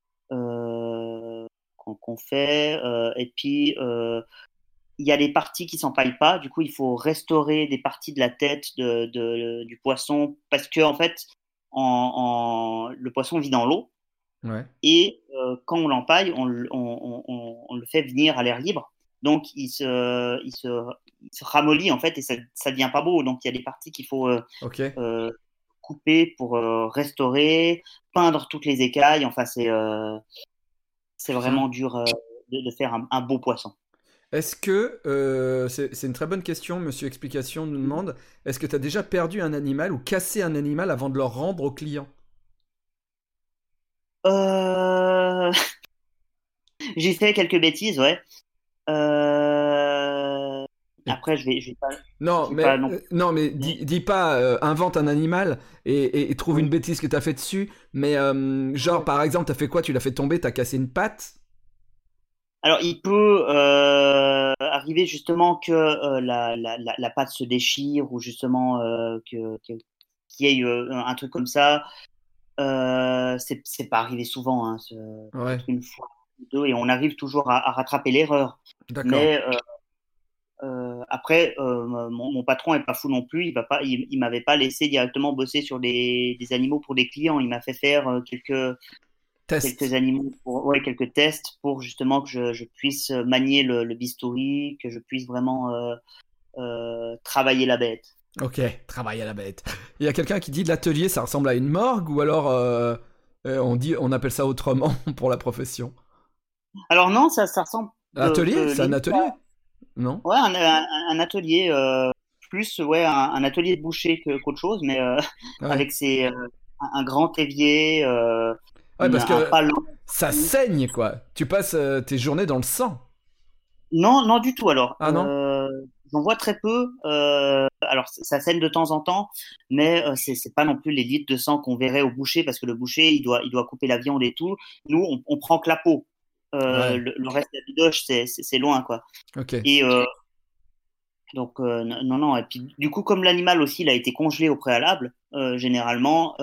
qu'on fait, et puis il y a des parties qui s'empaillent pas, du coup il faut restaurer des parties de la tête du poisson parce que en fait le poisson vit dans l'eau ouais. et quand on l'empaille on le fait venir à l'air libre donc il se ramollit en fait et ça devient pas beau donc il y a des parties qu'il faut Ok. euh, couper pour restaurer, peindre toutes les écailles, enfin c'est Putain. vraiment dur de faire un beau poisson. Est-ce que, c'est une très bonne question, Monsieur Explication nous demande, est-ce que tu as déjà perdu un animal ou cassé un animal avant de le rendre au client? Euh, J'ai fait quelques bêtises, ouais. Euh, Et- Après, Non, je vais pas mais, non. non, mais dis pas invente un animal et trouve une Oui. bêtise que t'as fait dessus, mais genre Oui. par exemple, t'as fait quoi? Tu l'as fait tomber, t'as cassé une patte? Alors, il peut arriver justement que la pâte se déchire ou justement qu'il y ait un truc comme ça. C'est pas arrivé souvent, hein, Ouais, peut-être une fois ou deux, et on arrive toujours à rattraper l'erreur. d'accord. Mais après, mon patron est pas fou non plus. Il m'avait pas laissé directement bosser sur des animaux pour des clients. Il m'a fait faire quelques Test. animaux, ouais, quelques tests pour justement que je puisse manier le bistouri, que je puisse vraiment travailler la bête. Ok, travail à la bête. Il y a quelqu'un qui dit l'atelier, ça ressemble à une morgue ou alors On appelle ça autrement pour la profession. Alors non, ça ressemble. Atelier, c'est un atelier, non? Ouais, un atelier plus, ouais, un atelier de boucher qu'autre chose, mais Ouais. avec un grand évier, Ouais, parce un que palan. ça saigne, quoi. Tu passes tes journées dans le sang. Non, non du tout. Alors, Ah non? j'en vois très peu. Alors, ça saigne de temps en temps, mais c'est pas non plus les litres de sang qu'on verrait au boucher, parce que le boucher, il doit couper la viande et tout. Nous, on prend que la peau. Ouais, Le reste de la bidoche, c'est loin, quoi. ok. Et donc, non, non. Et puis, du coup, comme l'animal aussi, il a été congelé au préalable, généralement,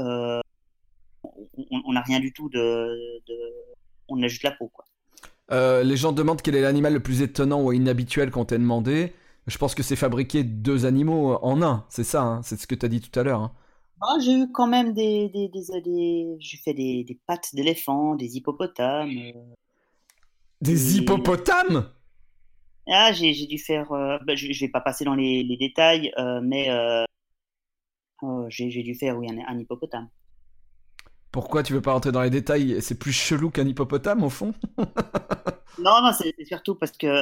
on n'a rien du tout on a juste la peau, quoi. Les gens demandent quel est l'animal le plus étonnant ou inhabituel qu'on t'ait demandé. Je pense que c'est fabriquer deux animaux en un, c'est ça, hein, c'est ce que t'as dit tout à l'heure. Hein. Ah, j'ai eu quand même j'ai fait des pattes d'éléphant, des hippopotames. Des Et hippopotames? j'ai dû faire. Bah, je vais pas passer dans les détails, mais j'ai dû faire, oui, un hippopotame. Pourquoi tu veux pas rentrer dans les détails? C'est plus chelou qu'un hippopotame au fond? Non, non, c'est surtout parce que.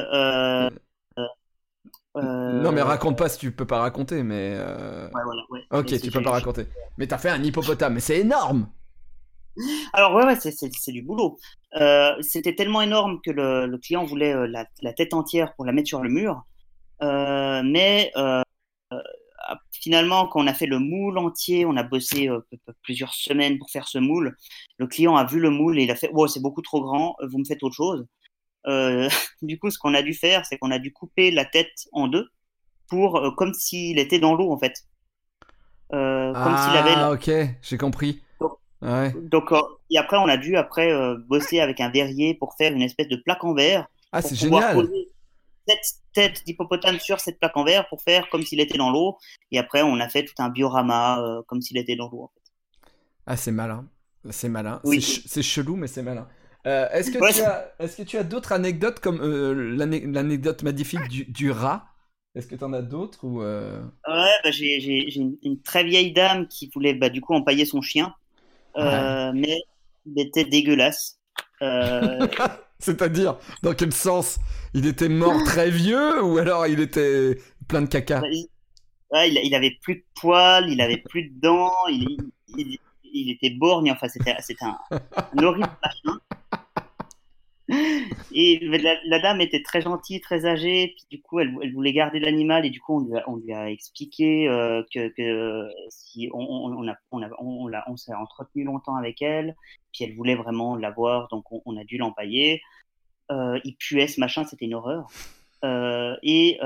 Non mais Euh, raconte pas si tu peux pas raconter, mais... ouais, voilà, ouais. Mais Ok, tu peux pas raconter. Mais t'as fait un hippopotame, mais c'est énorme! Alors, ouais, ouais, c'est du boulot. C'était tellement énorme que le client voulait la tête entière pour la mettre sur le mur. Mais finalement, quand on a fait le moule entier, on a bossé plusieurs semaines pour faire ce moule. Le client a vu le moule et il a fait: «Oh, c'est beaucoup trop grand, vous me faites autre chose.» Du coup, ce qu'on a dû faire, c'est qu'on a dû couper la tête en deux pour, comme s'il était dans l'eau, en fait. Comme s'il avait. Ah, ok, j'ai compris. Ouais. Donc, et après, on a dû bosser avec un verrier pour faire une espèce de plaque en verre Ah, pour c'est pouvoir génial! poser cette tête d'hippopotame sur cette plaque en verre pour faire comme s'il était dans l'eau. Et après, on a fait tout un diorama comme s'il était dans l'eau, en fait. Ah, c'est malin. C'est malin. Oui. C'est chelou, mais c'est malin. Ouais, Est-ce que tu as d'autres anecdotes comme l'anecdote magnifique du rat? Est-ce que tu en as d'autres ou ouais, bah, j'ai une très vieille dame qui voulait du coup empailler son chien, Ouais. mais il était dégueulasse. Euh, C'est-à-dire, dans quel sens? Il était mort très vieux ou alors il était plein de bah, caca? ouais, il avait plus de poils, il avait plus de dents, il était borgne. Enfin, c'était un horrible machin. Et la dame était très gentille, très âgée, puis du coup, elle voulait garder l'animal, et du coup, on lui a expliqué que si on s'est entretenu longtemps avec elle, puis elle voulait vraiment l'avoir, donc on a dû l'empailler. Il puait ce machin, c'était une horreur. Et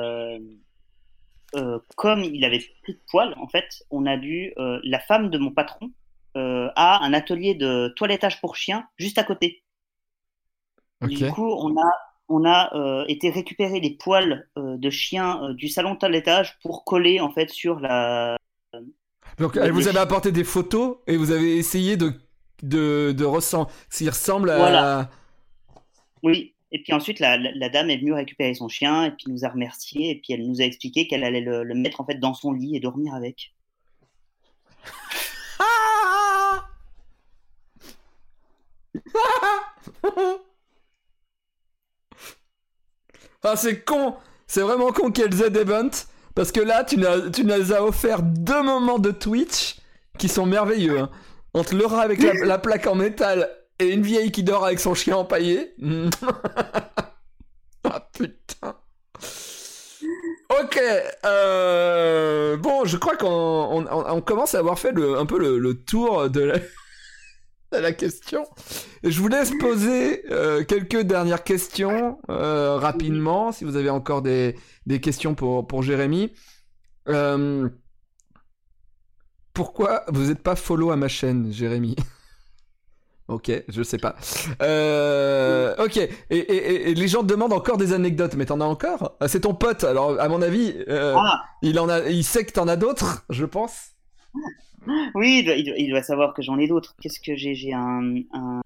comme il avait plus de poils, en fait, on a dû. La femme de mon patron a un atelier de toilettage pour chiens juste à côté. Du Ok. coup, on a été récupérer les poils de chien du salon de toilettage pour coller en fait sur Donc, le vous avez chien. apporté des photos et vous avez essayé de ressembler. S'il ressemble Voilà, à. oui. Et puis ensuite, la dame est venue récupérer son chien et puis nous a remercié et puis elle nous a expliqué qu'elle allait le mettre en fait dans son lit et dormir avec. Ah. Ah, c'est con! C'est vraiment con qu'elle aient Event. Parce que là, tu nous as offert deux moments de Twitch qui sont merveilleux. Hein. Entre le rat avec la plaque en métal et une vieille qui dort avec son chien empaillé. Ah putain. Ok. Bon, je crois qu'on commence à avoir fait un peu le tour de la question. Je vous laisse poser quelques dernières questions Oui. rapidement, si vous avez encore des questions pour Jérémy. Euh, Pourquoi vous n'êtes pas follow à ma chaîne, Jérémy? Ok, je sais pas. Ok, et les gens te demandent encore des anecdotes, mais t'en as encore? Ah, c'est ton pote, alors à mon avis, Ah, il sait que t'en as d'autres, je pense. oui, il doit savoir que j'en ai d'autres. Qu'est-ce que j'ai? J'ai un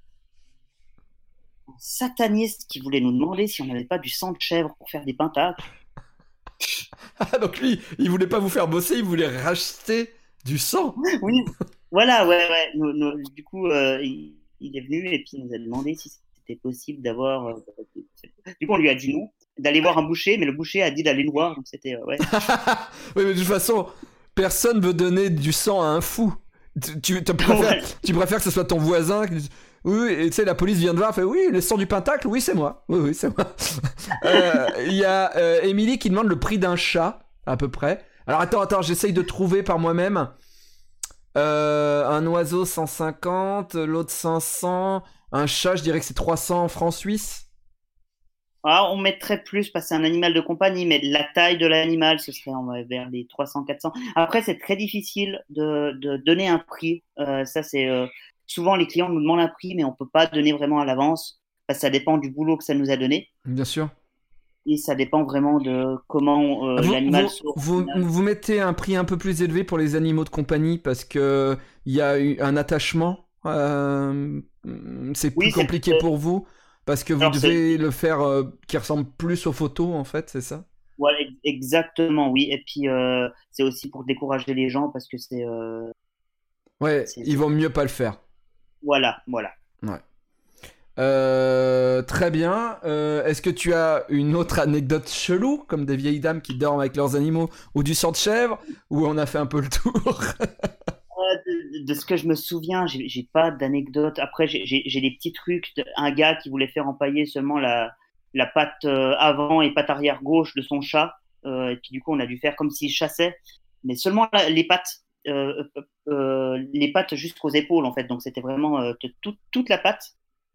sataniste qui voulait nous demander si on n'avait pas du sang de chèvre pour faire des pentacles. Ah, donc lui, il voulait pas vous faire bosser, il voulait racheter du sang. Oui, Voilà, ouais, ouais. Du coup, il est venu et puis il nous a demandé si c'était possible d'avoir. Du coup, on lui a dit non, d'aller voir un boucher, mais le boucher a dit d'aller nous voir, donc c'était ouais. Oui, mais de toute façon, personne veut donner du sang à un fou. Voilà. Tu préfères que ce soit ton voisin. Oui, oui, et tu sais, la police vient de voir, fait oui, le sang du pentacle, oui, c'est moi. Oui, oui, c'est moi. Il y a Émilie qui demande le prix d'un chat, à peu près. Alors attends, j'essaye de trouver par moi-même. Un oiseau 150, l'autre 500. Un chat, je dirais que c'est 300 francs suisses. Ah, on mettrait plus parce que c'est un animal de compagnie, mais la taille de l'animal, ce serait vers les 300-400. Après, c'est très difficile de donner un prix. Ça, c'est souvent les clients nous demandent un prix, mais on peut pas donner vraiment à l'avance parce que ça dépend du boulot que ça nous a donné Bien sûr. et ça dépend vraiment de comment l'animal sort. Vous mettez un prix un peu plus élevé pour les animaux de compagnie parce que il y a eu un attachement. C'est plus Oui, compliqué pour vous parce que vous alors c'est devez le faire qui ressemble plus aux photos en fait, c'est ça? voilà, exactement, oui. Et puis c'est aussi pour décourager les gens parce que Ouais, c'est- il vaut mieux pas le faire. voilà, voilà. Ouais. Très bien. Est-ce que tu as une autre anecdote chelou, comme des vieilles dames qui dorment avec leurs animaux, ou du sang de chèvre, ou on a fait un peu le tour? De ce que je me souviens, j'ai pas d'anecdote. Après, j'ai des petits trucs. Un gars qui voulait faire empailler seulement la patte avant et patte arrière gauche de son chat. Et puis du coup, on a dû faire comme s'il chassait, mais seulement les pattes jusqu'aux épaules en fait. Donc c'était vraiment toute la patte.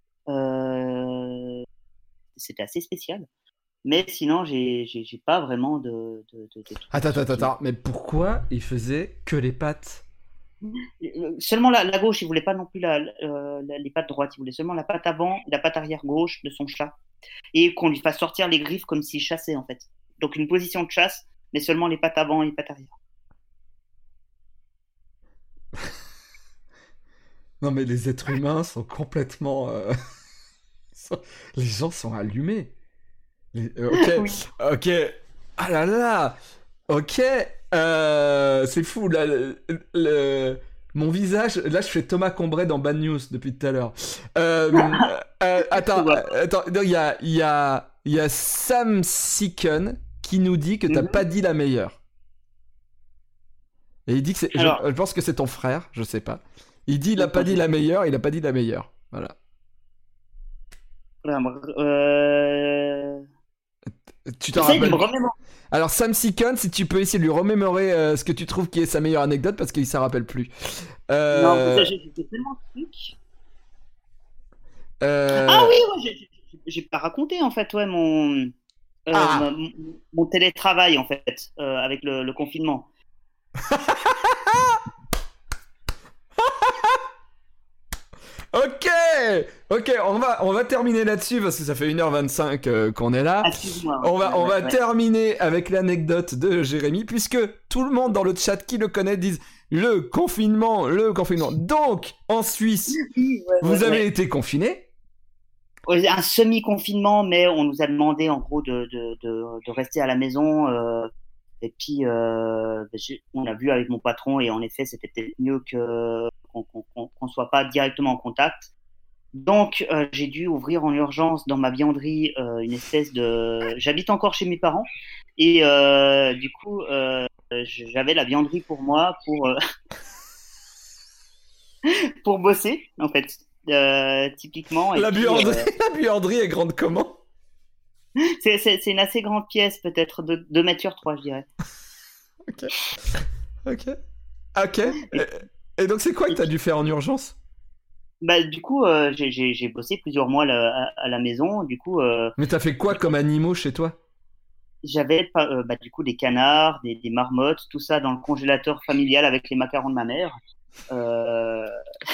Euh, C'était assez spécial. Mais sinon, j'ai pas vraiment de trucs qui. Attends, mais pourquoi il faisait que les pattes? Seulement la gauche, il voulait pas non plus les pattes droites, il voulait seulement la patte avant et la patte arrière gauche de son chat. Et qu'on lui fasse sortir les griffes comme s'il chassait en fait. Donc une position de chasse, mais seulement les pattes avant et les pattes arrière. Non, mais les êtres humains sont complètement... Les gens sont allumés. Ok, Oui. ok. Ah là là. Ok. C'est fou. Là, mon visage, là, je fais Thomas Combray dans Bad News depuis tout à l'heure. Je vois. Attends. Non, il y a Sam Sicken qui nous dit que t'as pas Mhm. dit la meilleure. Et il dit que c'est. Alors, Je pense que c'est ton frère, je sais pas. Il dit il a pas dit la possible. meilleure, il a pas dit la meilleure. Voilà. Tu t'en Essaye de rappelles? me remémorer. Alors Sam Sicken, si tu peux essayer de lui remémorer ce que tu trouves qui est sa meilleure anecdote parce qu'il s'en rappelle plus. Non, Euh, j'ai tellement de trucs. Ah euh, oui, ouais, j'ai pas raconté en fait, ouais, euh, Ah, mon, mon télétravail en fait, avec le confinement. ok, ok, on va terminer là-dessus parce que ça fait 1h25 qu'on est là. Ah, excuse-moi. On Ouais, va ouais. terminer avec l'anecdote de Jérémy puisque tout le monde dans le chat qui le connaît disent le confinement, le confinement. Donc en Suisse, Oui, ouais, vous ouais, avez ouais. été confiné. Ouais, un semi-confinement, mais on nous a demandé en gros de rester à la maison. Et puis, on a vu avec mon patron et en effet, c'était peut-être mieux qu'on soit pas directement en contact. Donc, j'ai dû ouvrir en urgence dans ma vianderie une espèce de. J'habite encore chez mes parents et du coup, j'avais la vianderie pour moi pour bosser en fait, typiquement. Et puis, La buanderie est grande comment? c'est une assez grande pièce, peut-être de 2 mètres sur 3, je dirais. Ok, ok, ok. Et donc c'est quoi que Et t'as puis, dû faire en urgence? bah, du coup, j'ai bossé plusieurs mois à la maison. Du coup, Mais t'as fait quoi comme animaux chez toi? j'avais bah, du coup des canards, des marmottes, tout ça dans le congélateur familial avec les macarons de ma mère. Euh,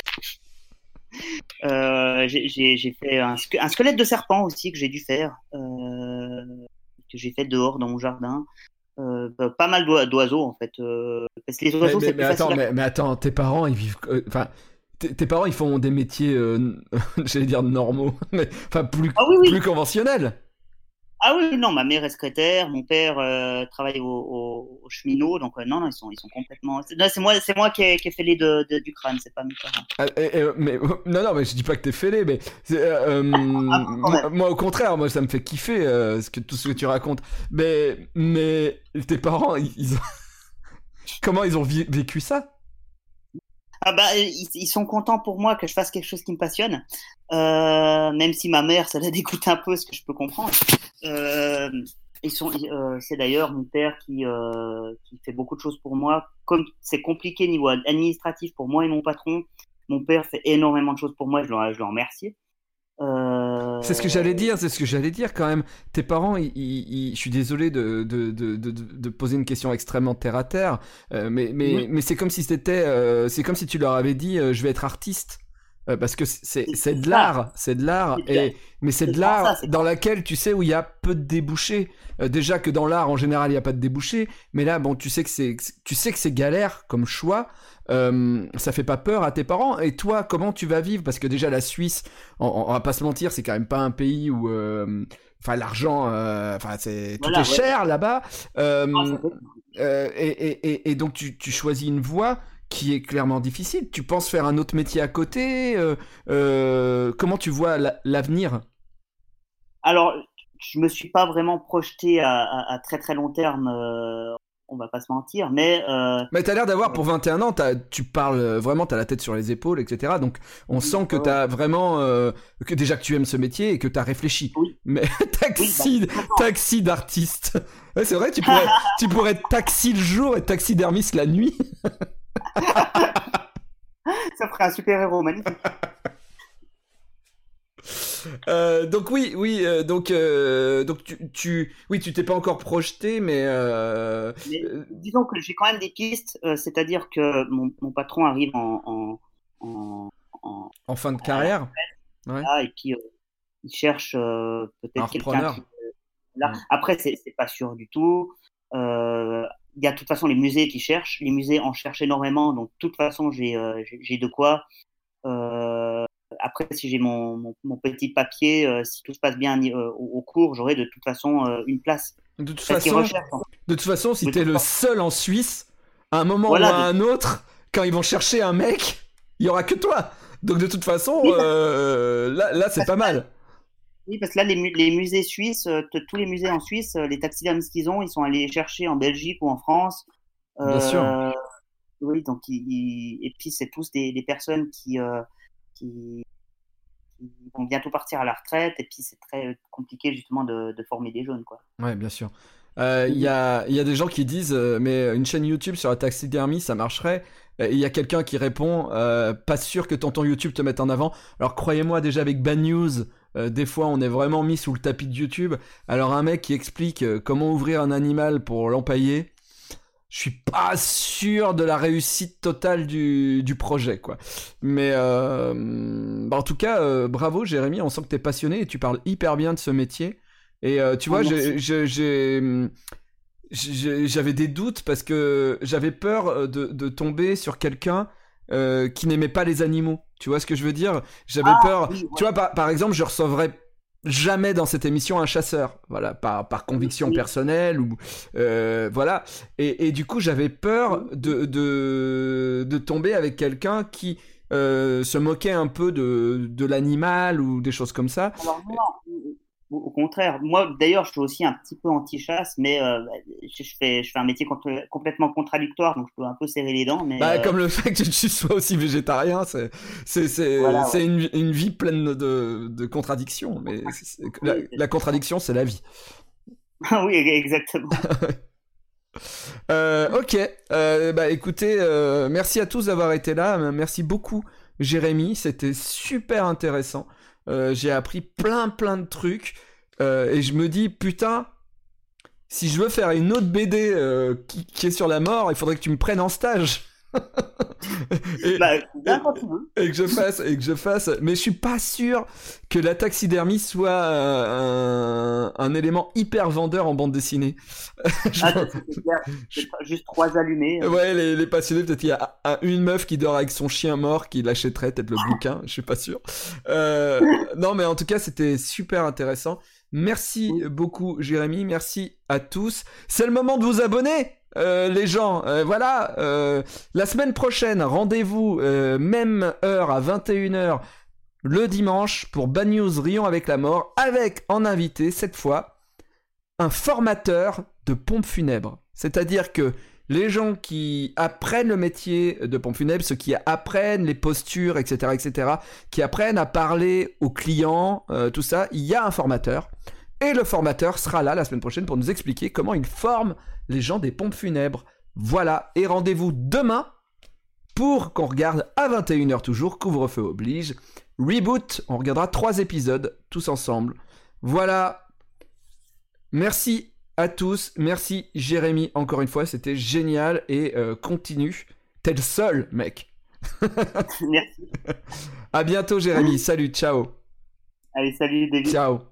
j'ai fait un squelette de serpent aussi que j'ai dû faire, que j'ai fait dehors dans mon jardin. Pas mal d'oiseaux en fait, parce que les oiseaux c'est plus facile à faire. Mais attends, tes parents ils vivent, enfin, tes parents ils font des métiers, j'allais dire normaux, mais enfin Ah oui, plus oui. conventionnels. Ah oui, non, ma mère est secrétaire, mon père travaille au cheminot, donc non, non, ils sont complètement. Non, c'est moi qui ai fait les du crâne, c'est pas mes parents. Mais non, non, mais je dis pas que t'es fêlé, mais Un peu quand même. moi, au contraire, moi ça me fait kiffer tout ce que tu racontes. Mais tes parents, comment ils ont vécu ça? Ah bah, ils sont contents pour moi que je fasse quelque chose qui me passionne, même si ma mère, ça la dégoûte un peu, ce que je peux comprendre. Euh, c'est d'ailleurs mon père qui fait beaucoup de choses pour moi. Comme c'est compliqué niveau administratif pour moi et mon patron, mon père fait énormément de choses pour moi. Je le remercie. C'est ce que j'allais dire, c'est ce que j'allais dire quand même. Tes parents, je suis désolé de poser une question extrêmement terre à terre, mais c'est comme si c'est comme si tu leur avais dit, je vais être artiste. Parce que c'est de ça, l'art, c'est de l'art, mais c'est c'est de vraiment ça. l'art dans laquelle tu sais où il y a peu de débouchés. Déjà que dans l'art en général il y a pas de débouchés, mais là bon tu sais que c'est galère comme choix. Ça fait pas peur à tes parents. Et toi, comment tu vas vivre? Parce que déjà la Suisse, on va pas se mentir, c'est quand même pas un pays où, enfin l'argent, enfin tout est Voilà, ouais. cher là-bas. Ah, Euh, ça fait- et donc tu choisis une voie qui est clairement difficile. Tu penses faire un autre métier à côté? Comment tu vois l'avenir? Alors, je me suis pas vraiment projeté à très très long terme. On va pas se mentir, mais Mais t'as l'air d'avoir pour 21 ans, tu parles vraiment, t'as la tête sur les épaules, etc. Donc on oui, sent que ouais, ouais. t'as vraiment, que déjà que tu aimes ce métier et que t'as réfléchi. Oui, Mais oui, bah, complètement. taxi d'artiste. Ouais, c'est vrai, tu pourrais être taxi le jour et taxidermiste la nuit. Ça ferait un super héros magnifique. Donc oui, oui, donc oui, tu t'es pas encore projeté, mais Mais disons que j'ai quand même des pistes, c'est-à-dire que mon patron arrive en, en- en fin de à la carrière, ouais, là, et puis il cherche un peut-être quelqu'un repreneur. qui là. Mm. Après, c'est pas sûr du tout. Il y a de toute façon les musées qui cherchent. Les musées en cherchent énormément, donc de toute façon j'ai de quoi. Euh, Après, si j'ai mon petit papier, si tout se passe bien au cours, j'aurai de toute façon une place. De toute Parce qu'ils façon, recherchent. de toute façon, si De t'es toute le façon. seul en Suisse, à un moment ou Voilà. à un autre, quand ils vont chercher un mec, il y aura que toi. Donc de toute façon, Oui, là, c'est parce pas que là, mal. oui, parce que là, les musées suisses, tous les musées en Suisse, les taxidermistes qu'ils ont, ils sont allés chercher en Belgique ou en France. Bien sûr. Euh, oui, donc et puis c'est tous des personnes qui qui vont bientôt partir à la retraite, et puis c'est très compliqué justement de former des jeunes, quoi. Ouais, bien sûr. Mhm. Il y a des gens qui disent, mais une chaîne YouTube sur la taxidermie, ça marcherait. Et il y a quelqu'un qui répond, pas sûr que ton YouTube te mette en avant. Alors croyez-moi, déjà avec Bad News, des fois on est vraiment mis sous le tapis de YouTube. Alors un mec qui explique comment ouvrir un animal pour l'empailler, je suis pas sûr de la réussite totale du projet, quoi. Mais bah, en tout cas, bravo Jérémy, on sent que t'es passionné et tu parles hyper bien de ce métier. Et tu Ah, vois, merci. j'avais des doutes parce que j'avais peur de tomber sur quelqu'un qui n'aimait pas les animaux. Tu vois ce que je veux dire? J'avais Ah peur. oui, Tu ouais, vois, par exemple, je recevrais jamais dans cette émission un chasseur, voilà, par conviction oui, personnelle ou voilà. Et du coup, j'avais peur oui. de tomber avec quelqu'un qui se moquait un peu de l'animal ou des choses comme ça. Alors non, non, au contraire. Moi, d'ailleurs, je suis aussi un petit peu anti-chasse, mais je fais un métier complètement contradictoire, donc je peux un peu serrer les dents, mais Bah, comme le fait que tu sois aussi végétarien, voilà, ouais. c'est une vie pleine de contradictions. Mais Oui, la contradiction, c'est la vie. oui, exactement. Ok, bah écoutez, merci à tous d'avoir été là. Merci beaucoup, Jérémy. C'était super intéressant. J'ai appris plein de trucs. Et je me dis, putain, si je veux faire une autre BD qui est sur la mort, il faudrait que tu me prennes en stage. et, Bah, bien quand tu veux. et que je fasse, mais je suis pas sûr que la taxidermie soit un élément hyper vendeur en bande dessinée. Je- Ah, c'est clair. C'est juste 3 allumés. Ouais, les passionnés, peut-être il y a une meuf qui dort avec son chien mort qui l'achèterait, peut-être le bouquin, je suis pas sûr. Euh, non, mais en tout cas, c'était super intéressant. Merci Oui. beaucoup, Jérémy. Merci à tous. C'est le moment de vous abonner, les gens. Voilà, la semaine prochaine, rendez-vous, même heure à 21h le dimanche pour Bad News Rion avec la mort, avec en invité, cette fois, un formateur de pompes funèbres. C'est-à-dire que les gens qui apprennent le métier de pompe funèbre, ceux qui apprennent les postures, etc., qui apprennent à parler aux clients, tout ça, il y a un formateur. Et le formateur sera là la semaine prochaine pour nous expliquer comment il forme les gens des pompes funèbres. Voilà, et rendez-vous demain pour qu'on regarde à 21h toujours, couvre-feu oblige. Reboot, on regardera 3 épisodes tous ensemble. Voilà, merci à tous, merci Jérémy encore une fois, c'était génial et continue. T'es le seul, mec. Merci. À bientôt Jérémy, salut, ciao. Allez, salut, David. Ciao.